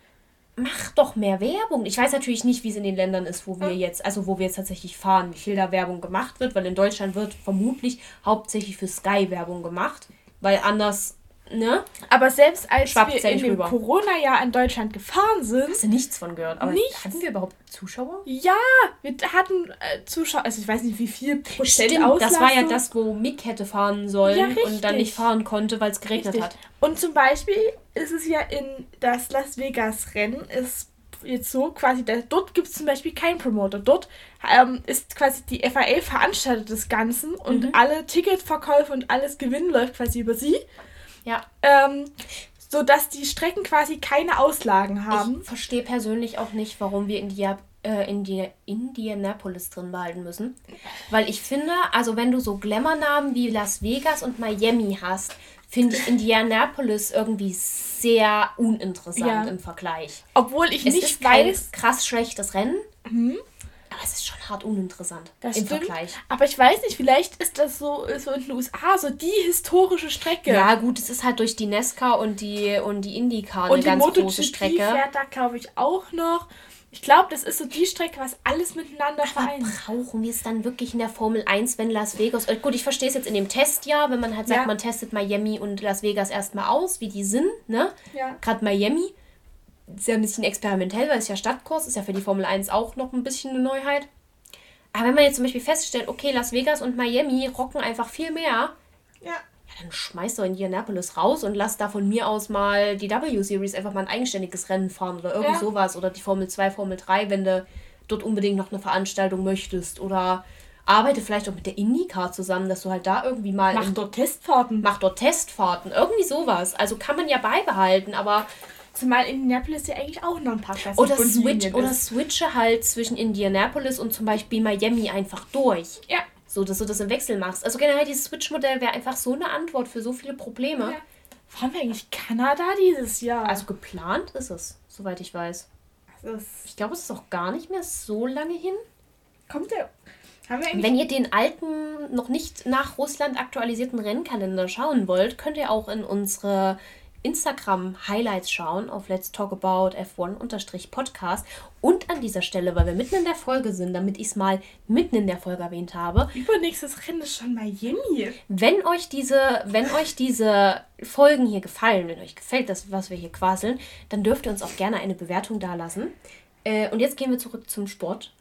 mach doch mehr Werbung. Ich weiß natürlich nicht, wie es in den Ländern ist, wo wir ja. jetzt, also wo wir jetzt tatsächlich fahren, wie viel da Werbung gemacht wird, weil in Deutschland wird vermutlich hauptsächlich für Sky Werbung gemacht, weil anders, ne? Aber selbst als Schwappt wir in dem rüber. Corona-Jahr in Deutschland gefahren sind... Hast du nichts von gehört? Aber nichts. Hatten wir überhaupt Zuschauer? Ja, wir hatten äh, Zuschauer, also ich weiß nicht, wie viel Prozent Stimmt, Auslastung. Das war ja das, wo Mick hätte fahren sollen ja, und dann nicht fahren konnte, weil es geregnet richtig. hat. Und zum Beispiel ist es ja in das Las Vegas Rennen ist jetzt so quasi, da, dort gibt es zum Beispiel keinen Promoter. Dort ähm, ist quasi die F I A veranstaltet des Ganzen und mhm. alle Ticketverkäufe und alles Gewinn läuft quasi über sie. Ja. Ähm, sodass die Strecken quasi keine Auslagen haben. Ich verstehe persönlich auch nicht, warum wir India, äh, Indi- Indianapolis drin behalten müssen. Weil ich finde, also wenn du so Glamour-Namen wie Las Vegas und Miami hast, finde ich Indianapolis irgendwie sehr uninteressant ja. im Vergleich. Obwohl ich es nicht ist weiß... kein krass schlechtes Rennen. Mhm. Aber es ist schon hart uninteressant das im stimmt, Vergleich. Aber ich weiß nicht, vielleicht ist das so, so in den U S A so die historische Strecke. Ja gut, es ist halt durch die NASCAR und die, und die IndyCar eine und ganz die große Strecke. Und die fährt da, glaube ich, auch noch. Ich glaube, das ist so die Strecke, was alles miteinander aber vereint. Brauchen wir es dann wirklich in der Formel eins, wenn Las Vegas... Gut, ich verstehe es jetzt in dem Testjahr, wenn man halt sagt, ja. man testet Miami und Las Vegas erstmal aus, wie die sind, ne? Ja. Gerade Miami ist ja ein bisschen experimentell, weil es ja Stadtkurs ist ja für die Formel eins auch noch ein bisschen eine Neuheit. Aber wenn man jetzt zum Beispiel feststellt, okay, Las Vegas und Miami rocken einfach viel mehr, ja, ja dann schmeiß doch Indianapolis raus und lass da von mir aus mal die W-Series einfach mal ein eigenständiges Rennen fahren oder irgend ja. sowas. Oder die Formel zwei, Formel drei, wenn du dort unbedingt noch eine Veranstaltung möchtest. Oder arbeite vielleicht auch mit der IndyCar zusammen, dass du halt da irgendwie mal... Mach dort Testfahrten. Mach dort Testfahrten, irgendwie sowas. Also kann man ja beibehalten, aber... Zumal Indianapolis ja eigentlich auch noch ein paar Klassen oder, switch, oder switche halt zwischen Indianapolis und zum Beispiel Miami einfach durch. Ja. So, dass du das im Wechsel machst. Also generell dieses Switch-Modell wäre einfach so eine Antwort für so viele Probleme. Ja. Fahren wir eigentlich Kanada dieses Jahr? Also geplant ist es, soweit ich weiß. Das ich glaube, es ist auch gar nicht mehr so lange hin. Kommt der... Haben wir eigentlich Wenn ihr den alten, noch nicht nach Russland aktualisierten Rennkalender schauen wollt, könnt ihr auch in unsere Instagram-Highlights schauen auf Let's Talk About F eins Podcast. Und an dieser Stelle, weil wir mitten in der Folge sind, damit ich es mal mitten in der Folge erwähnt habe. Übernächstes Rennen ist schon Miami. Wenn euch diese, wenn euch diese Folgen hier gefallen, wenn euch gefällt das, was wir hier quasseln, dann dürft ihr uns auch gerne eine Bewertung dalassen. Äh, und jetzt gehen wir zurück zum Sport.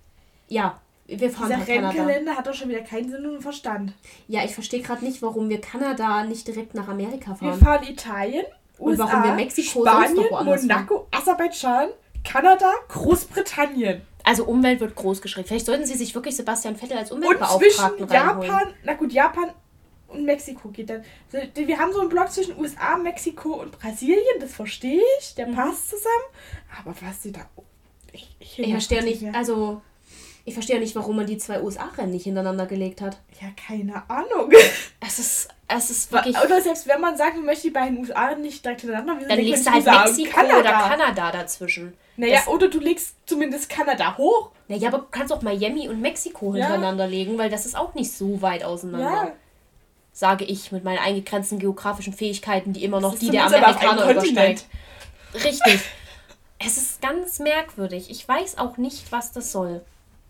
Ja, wir fahren Dieser nach Kanada. Rennkalender hat doch schon wieder keinen Sinn und Verstand. Ja, ich verstehe gerade nicht, warum wir Kanada nicht direkt nach Amerika fahren. Wir fahren Italien, und U S A, warum wir Mexiko, Spanien, Monaco, fahren. Aserbaidschan, Kanada, Großbritannien. Also Umwelt wird groß geschrieben. Vielleicht sollten sie sich wirklich Sebastian Vettel als Umweltbeauftragten reinholen. Und zwischen Japan, na gut, Japan und Mexiko geht dann. Wir haben so einen Block zwischen U S A, Mexiko und Brasilien, das verstehe ich, der mhm. passt zusammen. Aber was die da... Ich, ich, ich verstehe nicht, mehr. also... Ich verstehe nicht, warum man die zwei U S A-Rennen nicht hintereinander gelegt hat. Ja, keine Ahnung. Es ist, es ist wirklich... Oder selbst wenn man sagt, man möchte die beiden U S A nicht direkt hintereinander... Dann legst du halt Mexiko Kanada. oder Kanada dazwischen. Naja, das, oder du legst zumindest Kanada hoch. Naja, aber du kannst auch Miami und Mexiko hintereinander ja. legen, weil das ist auch nicht so weit auseinander. Ja. Sage ich mit meinen eingegrenzten geografischen Fähigkeiten, die immer noch die der Amerikaner übersteigt. Richtig. Es ist ganz merkwürdig. Ich weiß auch nicht, was das soll.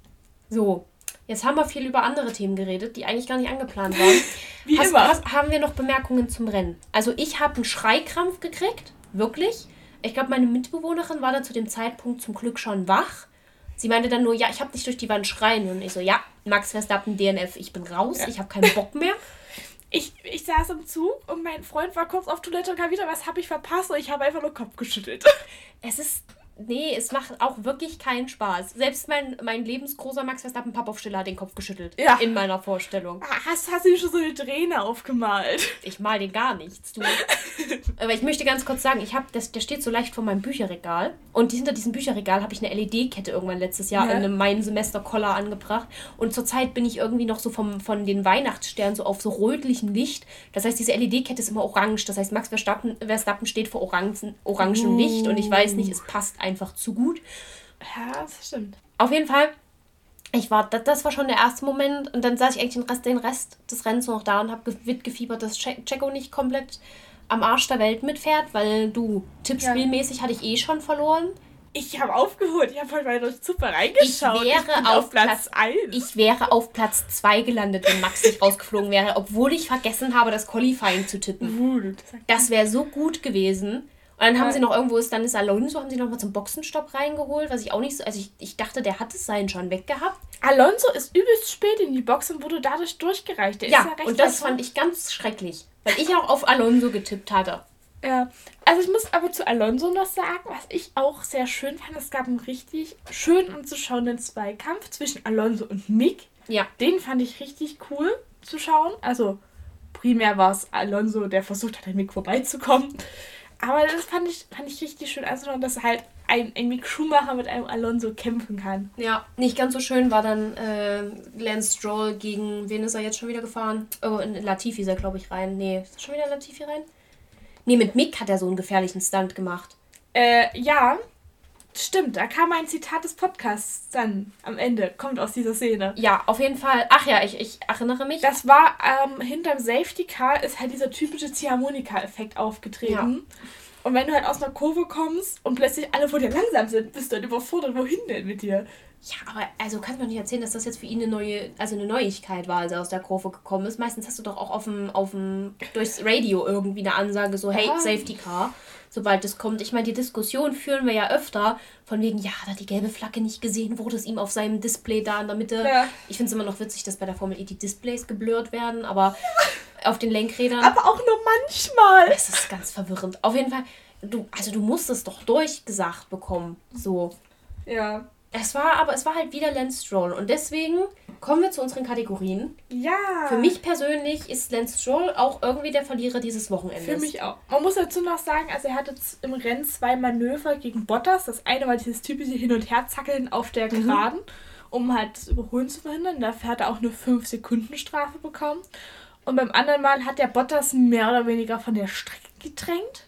So, jetzt haben wir viel über andere Themen geredet, die eigentlich gar nicht angeplant waren. Wie hast, immer. Hast, haben wir noch Bemerkungen zum Rennen? Also ich habe einen Schreikrampf gekriegt, wirklich. Ich glaube, meine Mitbewohnerin war da zu dem Zeitpunkt zum Glück schon wach. Sie meinte dann nur, ja, ich habe dich durch die Wand schreien. Und ich so, ja, Max Verstappen, D N F, ich bin raus, ja. ich habe keinen Bock mehr. Ich, ich saß im Zug und mein Freund war kurz auf Toilette und kam wieder, was habe ich verpasst? Und ich habe einfach nur Kopf geschüttelt. Es ist... Nee, es macht auch wirklich keinen Spaß. Selbst mein, mein lebensgroßer Max Verstappen Pappaufsteller hat den Kopf geschüttelt. Ja. In meiner Vorstellung. Hast, hast du schon so eine Träne aufgemalt? Ich mal den gar nichts, du. Aber ich möchte ganz kurz sagen, ich hab, das, der steht so leicht vor meinem Bücherregal. Und hinter diesem Bücherregal habe ich eine L E D-Kette irgendwann letztes Jahr ja. in einem mein Semester-Collar angebracht. Und zurzeit bin ich irgendwie noch so vom, von den Weihnachtssternen so auf so rötlichem Licht. Das heißt, diese L E D-Kette ist immer orange. Das heißt, Max Verstappen, Verstappen steht vor orangen, orangem uh. Licht. Und ich weiß nicht, es passt einfach. einfach zu gut. Ja, das stimmt. Auf jeden Fall, ich war, das, das war schon der erste Moment und dann saß ich eigentlich den Rest, den Rest des Rennens noch da und habe mitgefiebert, dass Checo nicht komplett am Arsch der Welt mitfährt, weil du, tippspielmäßig ja. hatte ich eh schon verloren. Ich habe aufgeholt, ich habe heute mal durch super reingeschaut. Ich wäre ich auf, auf Platz eins. Ich wäre auf Platz zwei gelandet, wenn Max nicht rausgeflogen wäre, obwohl ich vergessen habe, das Qualifying zu tippen. Uh, das wäre so gut gewesen. Und dann haben ja. sie noch irgendwo, ist dann ist Alonso, haben sie noch mal zum Boxenstopp reingeholt, was ich auch nicht so, also ich, ich dachte, der hat es seinen schon weggehabt. Alonso ist übelst spät in die Box und wurde dadurch durchgereicht. Der ja, ist ja recht und das fand ich ganz schrecklich, weil ich auch auf Alonso getippt hatte. Ja, also ich muss aber zu Alonso noch sagen, was ich auch sehr schön fand, es gab einen richtig schön anzuschauenden Zweikampf zwischen Alonso und Mick. Ja. Den fand ich richtig cool zu schauen. Also primär war es Alonso, der versucht hat, an Mick vorbeizukommen. Aber das fand ich, fand ich richtig schön anzuschauen, dass halt ein, ein Mick Schumacher mit einem Alonso kämpfen kann. Ja, nicht ganz so schön war dann äh, Lance Stroll gegen, wen ist er jetzt schon wieder gefahren? Oh, in Latifi ist er, glaube ich, rein. Nee, ist schon wieder Latifi rein? Nee, mit Mick hat er so einen gefährlichen Stunt gemacht. Äh, ja, stimmt. Da kam ein Zitat des Podcasts dann am Ende, kommt aus dieser Szene. Ja, auf jeden Fall. Ach ja, ich, ich erinnere mich. Das war, ähm, hinterm Safety Car ist halt dieser typische Ziehharmonika-Effekt aufgetreten. Ja. Und wenn du halt aus einer Kurve kommst und plötzlich alle vor dir langsam sind, bist du dann überfordert. Wohin denn mit dir? Ja, aber also kannst du mir nicht erzählen, dass das jetzt für ihn eine neue, also eine Neuigkeit war, als er aus der Kurve gekommen ist. Meistens hast du doch auch auf dem, auf dem, durchs Radio irgendwie eine Ansage so, hey, ja. Safety Car, sobald es kommt. Ich meine, die Diskussion führen wir ja öfter, von wegen, ja, hat er die gelbe Flagge nicht gesehen, wurde es ihm auf seinem Display da in der Mitte. Ja. Ich finde es immer noch witzig, dass bei der Formel E die Displays geblurrt werden, aber auf den Lenkrädern. Aber auch nur manchmal. Es ist ganz verwirrend. Auf jeden Fall, du, also du musst es doch durchgesagt bekommen, so. Ja. Es war, aber es war halt wieder Lance Stroll. Und deswegen kommen wir zu unseren Kategorien. Ja. Für mich persönlich ist Lance Stroll auch irgendwie der Verlierer dieses Wochenendes. Für mich auch. Man muss dazu noch sagen, also er hatte im Rennen zwei Manöver gegen Bottas. Das eine war dieses typische Hin- und Herzackeln auf der Geraden, mhm. um halt das Überholen zu verhindern. Dafür hat er auch eine fünf Sekunden Strafe bekommen. Und beim anderen Mal hat der Bottas mehr oder weniger von der Strecke gedrängt.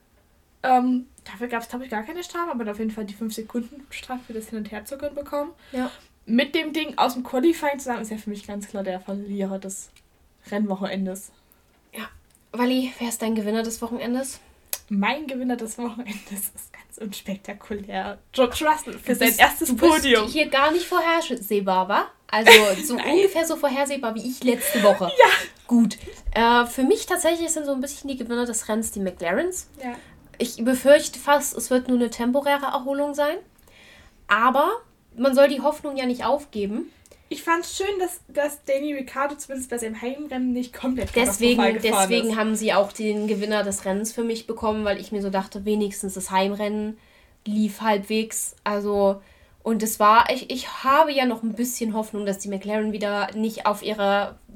Ähm... Dafür gab es, glaube ich, gar keine Strafe, aber auf jeden Fall die fünf Sekunden Strafe für das Hin- und Herzuckern bekommen. Ja. Mit dem Ding aus dem Qualifying zusammen ist ja für mich ganz klar der Verlierer des Rennwochenendes. Ja. Wally, wer ist dein Gewinner des Wochenendes? Mein Gewinner des Wochenendes ist ganz unspektakulär. George Russell für sein erstes du bist Podium. Hier gar nicht vorhersehbar, wa? Also so ungefähr so vorhersehbar wie ich letzte Woche. Ja. Gut. Äh, für mich tatsächlich sind so ein bisschen die Gewinner des Rennens die McLarens. Ja. Ich befürchte fast, es wird nur eine temporäre Erholung sein. Aber man soll die Hoffnung ja nicht aufgeben. Ich fand es schön, dass, dass Danny Ricciardo zumindest bei seinem Heimrennen nicht komplett deswegen Deswegen ist. haben sie auch den Gewinner des Rennens für mich bekommen, weil ich mir so dachte, wenigstens das Heimrennen lief halbwegs. Also, und es war, ich, ich habe ja noch ein bisschen Hoffnung, dass die McLaren wieder nicht auf ihrer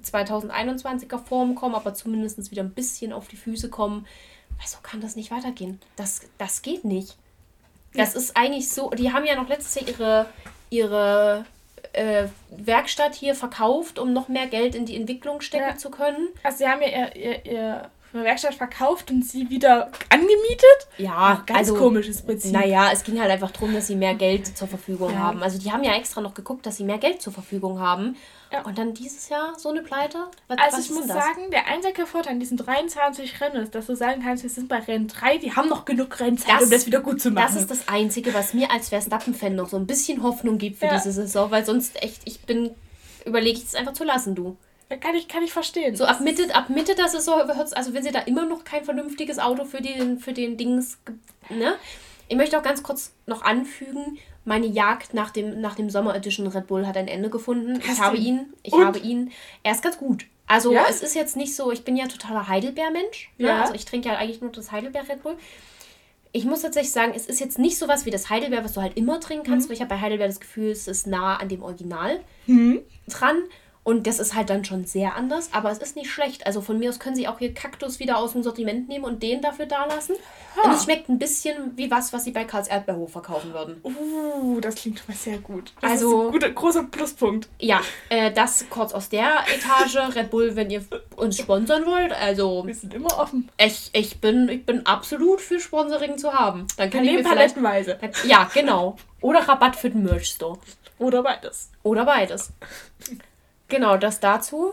zwanzig einundzwanziger Form kommen, aber zumindest wieder ein bisschen auf die Füße kommen. Weil so kann das nicht weitergehen. Das, das geht nicht. Das ja. ist eigentlich so, die haben ja noch letztes Jahr ihre, ihre äh, Werkstatt hier verkauft, um noch mehr Geld in die Entwicklung stecken ja. zu können. Also sie haben ja ihr, ihr, ihr Werkstatt verkauft und sie wieder angemietet? Ja, ganz also, komisches Prinzip. Naja, es ging halt einfach darum, dass sie mehr Geld zur Verfügung ja. haben. Also die haben ja extra noch geguckt, dass sie mehr Geld zur Verfügung haben. Ja. Und dann dieses Jahr so eine Pleite? Was, also was ich muss das? sagen, der einzige Vorteil an diesen dreiundzwanzig Rennen ist, dass du sagen kannst, wir sind bei Rennen drei, die haben noch genug Rennzeit, das, um das wieder gut zu machen. Das ist das Einzige, was mir als Verstappen-Fan noch so ein bisschen Hoffnung gibt für ja. diese Saison, weil sonst echt, ich bin, überlege ich es einfach zu lassen, du. Kann ich, kann ich verstehen. So ab Mitte, ab Mitte der Saison hört es, also wenn sie da immer noch kein vernünftiges Auto für den, für den Dings, ne? Ich möchte auch ganz kurz noch anfügen, meine Jagd nach dem, nach dem Sommer Edition Red Bull hat ein Ende gefunden. Hast ich habe ihn, ich und? habe ihn, er ist ganz gut. Also ja? es ist jetzt nicht so, ich bin ja totaler Heidelbeer-Mensch, ja. ne? Also ich trinke ja eigentlich nur das Heidelbeer Red Bull. Ich muss tatsächlich sagen, es ist jetzt nicht sowas wie das Heidelbeer, was du halt immer trinken kannst, mhm. weil ich habe bei Heidelbeer das Gefühl, es ist nah an dem Original mhm. dran. Und das ist halt dann schon sehr anders, aber es ist nicht schlecht. Also von mir aus können sie auch hier Kaktus wieder aus dem Sortiment nehmen und den dafür da lassen. Ha. Und es schmeckt ein bisschen wie was, was sie bei Karls Erdbeerhof verkaufen würden. Uh, das klingt schon mal sehr gut. Das also, ist ein guter, großer Pluspunkt. Ja, äh, das kurz aus der Etage. Red Bull, wenn ihr uns sponsern wollt. Also, wir sind immer offen. Ich, ich, bin, ich bin absolut für Sponsoring zu haben. Dann kann ich mir palettenweise. Ja, genau. Oder Rabatt für den Merch-Store. Oder beides. Oder beides. Genau, das dazu.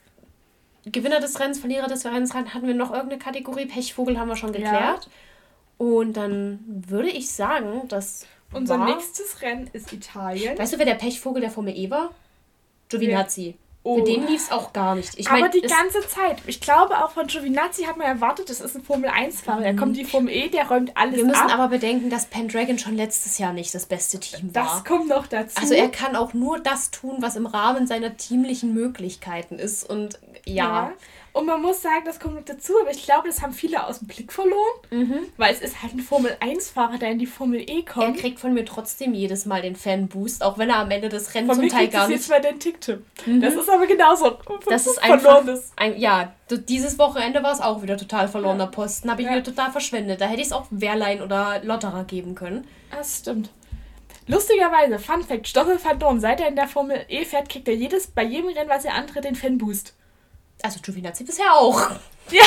Gewinner des Rennens, Verlierer des Rennens, hatten wir noch irgendeine Kategorie. Pechvogel haben wir schon geklärt. Ja. Und dann würde ich sagen, dass unser war, nächstes Rennen ist Italien. Weißt du, wer der Pechvogel der Formel E war? Giovinazzi. Ja. Oh. Für den lief es auch gar nicht. Ich aber mein, die ganze Zeit. Ich glaube, auch von Giovinazzi hat man erwartet, das ist ein Formel eins Fahrer. Da kommt die Formel E, der räumt alles ab. Wir müssen ab. aber bedenken, dass Pendragon schon letztes Jahr nicht das beste Team war. Das kommt noch dazu. Also er kann auch nur das tun, was im Rahmen seiner teamlichen Möglichkeiten ist. Und ja. ja. Und man muss sagen, das kommt noch dazu, aber ich glaube, das haben viele aus dem Blick verloren, mhm. weil es ist halt ein Formel eins Fahrer, der in die Formel E kommt. Er kriegt von mir trotzdem jedes Mal den Fanboost, auch wenn er am Ende des Rennens zum Teil gar nicht... Von mir kriegt es jetzt mal den Tick-Tipp. Mhm. Das ist aber genauso das ist einfach ein, ja, dieses Wochenende war es auch wieder total verlorener ja. Posten, habe ich ja. wieder total verschwendet. Da hätte ich es auch Wehrlein oder Lotterer geben können. Das stimmt. Lustigerweise, Fun Fact, Stoffel van Dorn, seit er in der Formel E fährt, kriegt er jedes, bei jedem Rennen, was er antritt, den Fanboost. Also Giovinazzi bisher auch. Ja.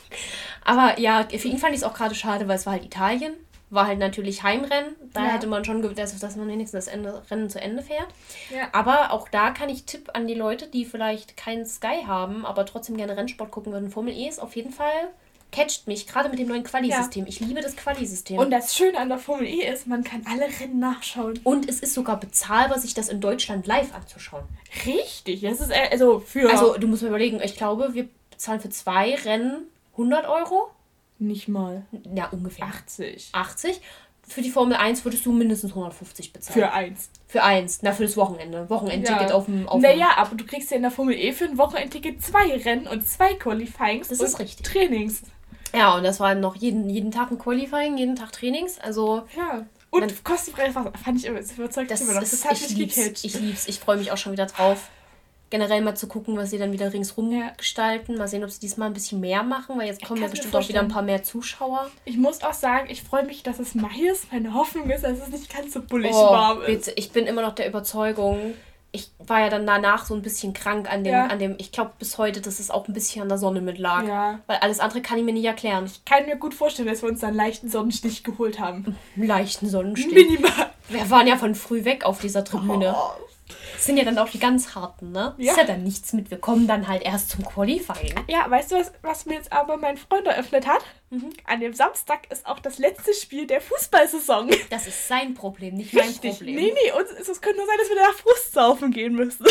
Aber ja, für ihn fand ich es auch gerade schade, weil es war halt Italien. War halt natürlich Heimrennen. Da ja. hätte man schon gewusst, dass, dass man wenigstens das Ende, Rennen zu Ende fährt. Ja. Aber auch da kann ich Tipp an die Leute, die vielleicht keinen Sky haben, aber trotzdem gerne Rennsport gucken würden. Formel E ist auf jeden Fall... catcht mich, gerade mit dem neuen Quali-System. Ja. Ich liebe das Quali-System. Und das Schöne an der Formel E ist, man kann alle Rennen nachschauen. Und es ist sogar bezahlbar, sich das in Deutschland live anzuschauen. Richtig, das ist also für... Also du musst mir überlegen, ich glaube, wir bezahlen für zwei Rennen hundert Euro. Nicht mal. Ja, ungefähr. achtzig. achtzig. Für die Formel eins würdest du mindestens hundertfünfzig bezahlen. Für eins. Für eins. Na, für das Wochenende. Wochenendticket ja. auf dem... Auf naja, aber du kriegst ja in der Formel E für ein Wochenendticket zwei Rennen und zwei Qualifyings. Das ist richtig. Trainings. Ja, und das war noch jeden, jeden Tag ein Qualifying, jeden Tag Trainings, also... Ja, und kostenfreies Wasser, fand ich immer, das überzeugt das immer noch. Das ist, hat ich mich lieb's, gecatcht. Ich lieb's, ich freue mich auch schon wieder drauf. Generell mal zu gucken, was sie dann wieder ringsrum ja. gestalten. Mal sehen, ob sie diesmal ein bisschen mehr machen, weil jetzt kommen ja bestimmt auch wieder ein paar mehr Zuschauer. Ich muss auch sagen, ich freue mich, dass es Mai ist. Meine Hoffnung ist, dass es nicht ganz so bullig oh, warm ist. Bitte. Ich bin immer noch der Überzeugung... Ich war ja dann danach so ein bisschen krank an dem, ja. an dem ich glaube bis heute, dass es auch ein bisschen an der Sonne mit lag. Ja. Weil alles andere kann ich mir nicht erklären. Ich kann mir gut vorstellen, dass wir uns einen leichten Sonnenstich geholt haben. Einen leichten Sonnenstich? Minimal. Wir waren ja von früh weg auf dieser Tribüne. Oh. Das sind ja dann auch die ganz harten, ne? Ja. Ist ja dann nichts mit. Wir kommen dann halt erst zum Qualifying. Ja, weißt du, was, was mir jetzt aber mein Freund eröffnet hat? Mhm. An dem Samstag ist auch das letzte Spiel der Fußballsaison. Das ist sein Problem, nicht mein Richtig. Problem. Nee, nee, und es könnte nur sein, dass wir danach Frustsaufen gehen müssen.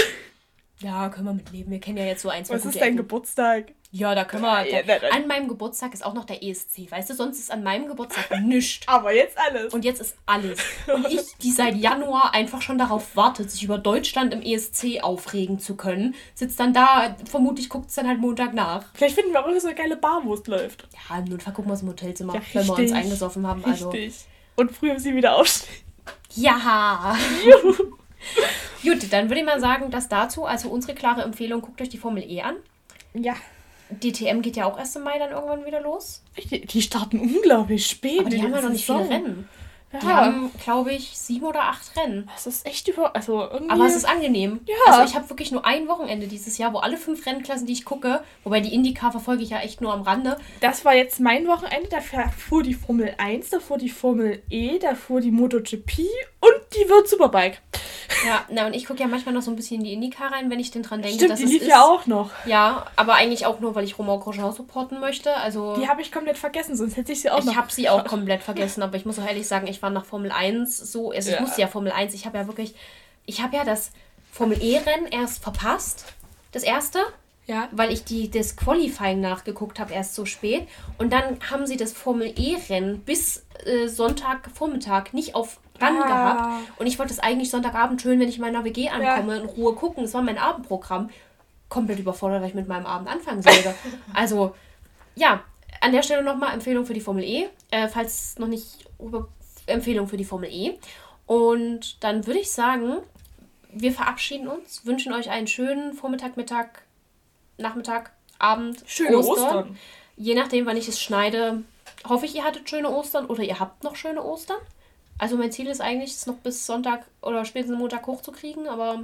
Ja, können wir mitleben. Wir kennen ja jetzt so ein, zwei Was ist dein Ecken. Geburtstag? Ja, da können wir... Ja, da, ja, an meinem Geburtstag ist auch noch der E S C, weißt du? Sonst ist an meinem Geburtstag nichts. Aber jetzt alles. Und jetzt ist alles. Und ich, die seit Januar einfach schon darauf wartet, sich über Deutschland im E S C aufregen zu können, sitzt dann da, vermutlich guckt es dann halt Montag nach. Vielleicht finden wir auch, dass so eine geile Barwurst läuft. Ja, im Notfall gucken wir uns im Hotelzimmer, ja, wenn wir uns eingesoffen haben. Richtig. Also. Und früher sie wieder aufstehen. Ja. Juhu. Gut, dann würde ich mal sagen, dass dazu, also unsere klare Empfehlung, guckt euch die Formel E an. Ja. D T M geht ja auch erst im Mai dann irgendwann wieder los. Die, die starten unglaublich spät. Aber die haben ja noch nicht viele Rennen. Ja. Die haben, glaube ich, sieben oder acht Rennen. Das ist echt über... Also irgendwie... Aber es ist angenehm. Ja. Also ich habe wirklich nur ein Wochenende dieses Jahr, wo alle fünf Rennklassen, die ich gucke, wobei die IndyCar verfolge ich ja echt nur am Rande. Das war jetzt mein Wochenende. Da fuhr die Formel eins, da fuhr die Formel E, da fuhr die MotoGP und die World Superbike. Ja, na und ich gucke ja manchmal noch so ein bisschen in die IndyCar rein, wenn ich denn dran denke, Stimmt, dass die es lief ist. ja auch noch. Ja, aber eigentlich auch nur, weil ich Romain Grosjean supporten möchte. Also die habe ich komplett vergessen, sonst hätte ich sie auch ich noch. Ich habe sie auch komplett vergessen, aber ich muss auch ehrlich sagen, ich war nach Formel eins so, also ich ja. musste ja Formel eins, ich habe ja wirklich, ich habe ja das Formel E-Rennen erst verpasst, das erste, ja. weil ich die, das Qualifying nachgeguckt habe, erst so spät. Und dann haben sie das Formel E-Rennen bis äh, Sonntagvormittag nicht auf Run ah. gehabt. Und ich wollte es eigentlich Sonntagabend schön, wenn ich in meiner W G ankomme, ja. in Ruhe gucken. Das war mein Abendprogramm. Komplett überfordert, weil ich mit meinem Abend anfangen sollte. Also, ja, an der Stelle nochmal Empfehlung für die Formel E. Äh, falls noch nicht, Empfehlung für die Formel E. Und dann würde ich sagen, wir verabschieden uns, wünschen euch einen schönen Vormittag, Mittag, Nachmittag, Abend, schöne Ostern. Ostern. Je nachdem, wann ich es schneide, hoffe ich, ihr hattet schöne Ostern oder ihr habt noch schöne Ostern. Also mein Ziel ist eigentlich, es noch bis Sonntag oder spätestens Montag hochzukriegen, aber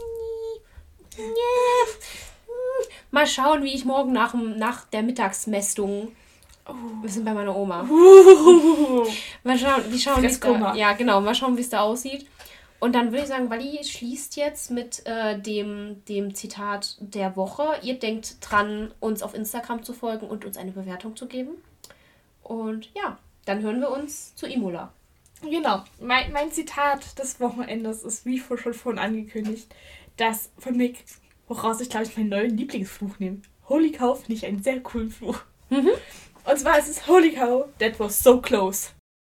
mal schauen, wie ich morgen nach, nach der Mittagsmästung, oh. wir sind bei meiner Oma, uh. mal schauen, wie schauen, wie es da, ja genau, mal schauen, wie es da aussieht. Und dann würde ich sagen, Wally schließt jetzt mit äh, dem, dem Zitat der Woche. Ihr denkt dran, uns auf Instagram zu folgen und uns eine Bewertung zu geben. Und ja, dann hören wir uns zu Imola. Genau. Mein, mein Zitat des Wochenendes ist, wie schon vorhin angekündigt, das von Mick, woraus ich, glaube ich, meinen neuen Lieblingsfluch nehme. Holy cow, finde ich einen sehr coolen Fluch. Mhm. Und zwar ist es Holy cow, that was so close.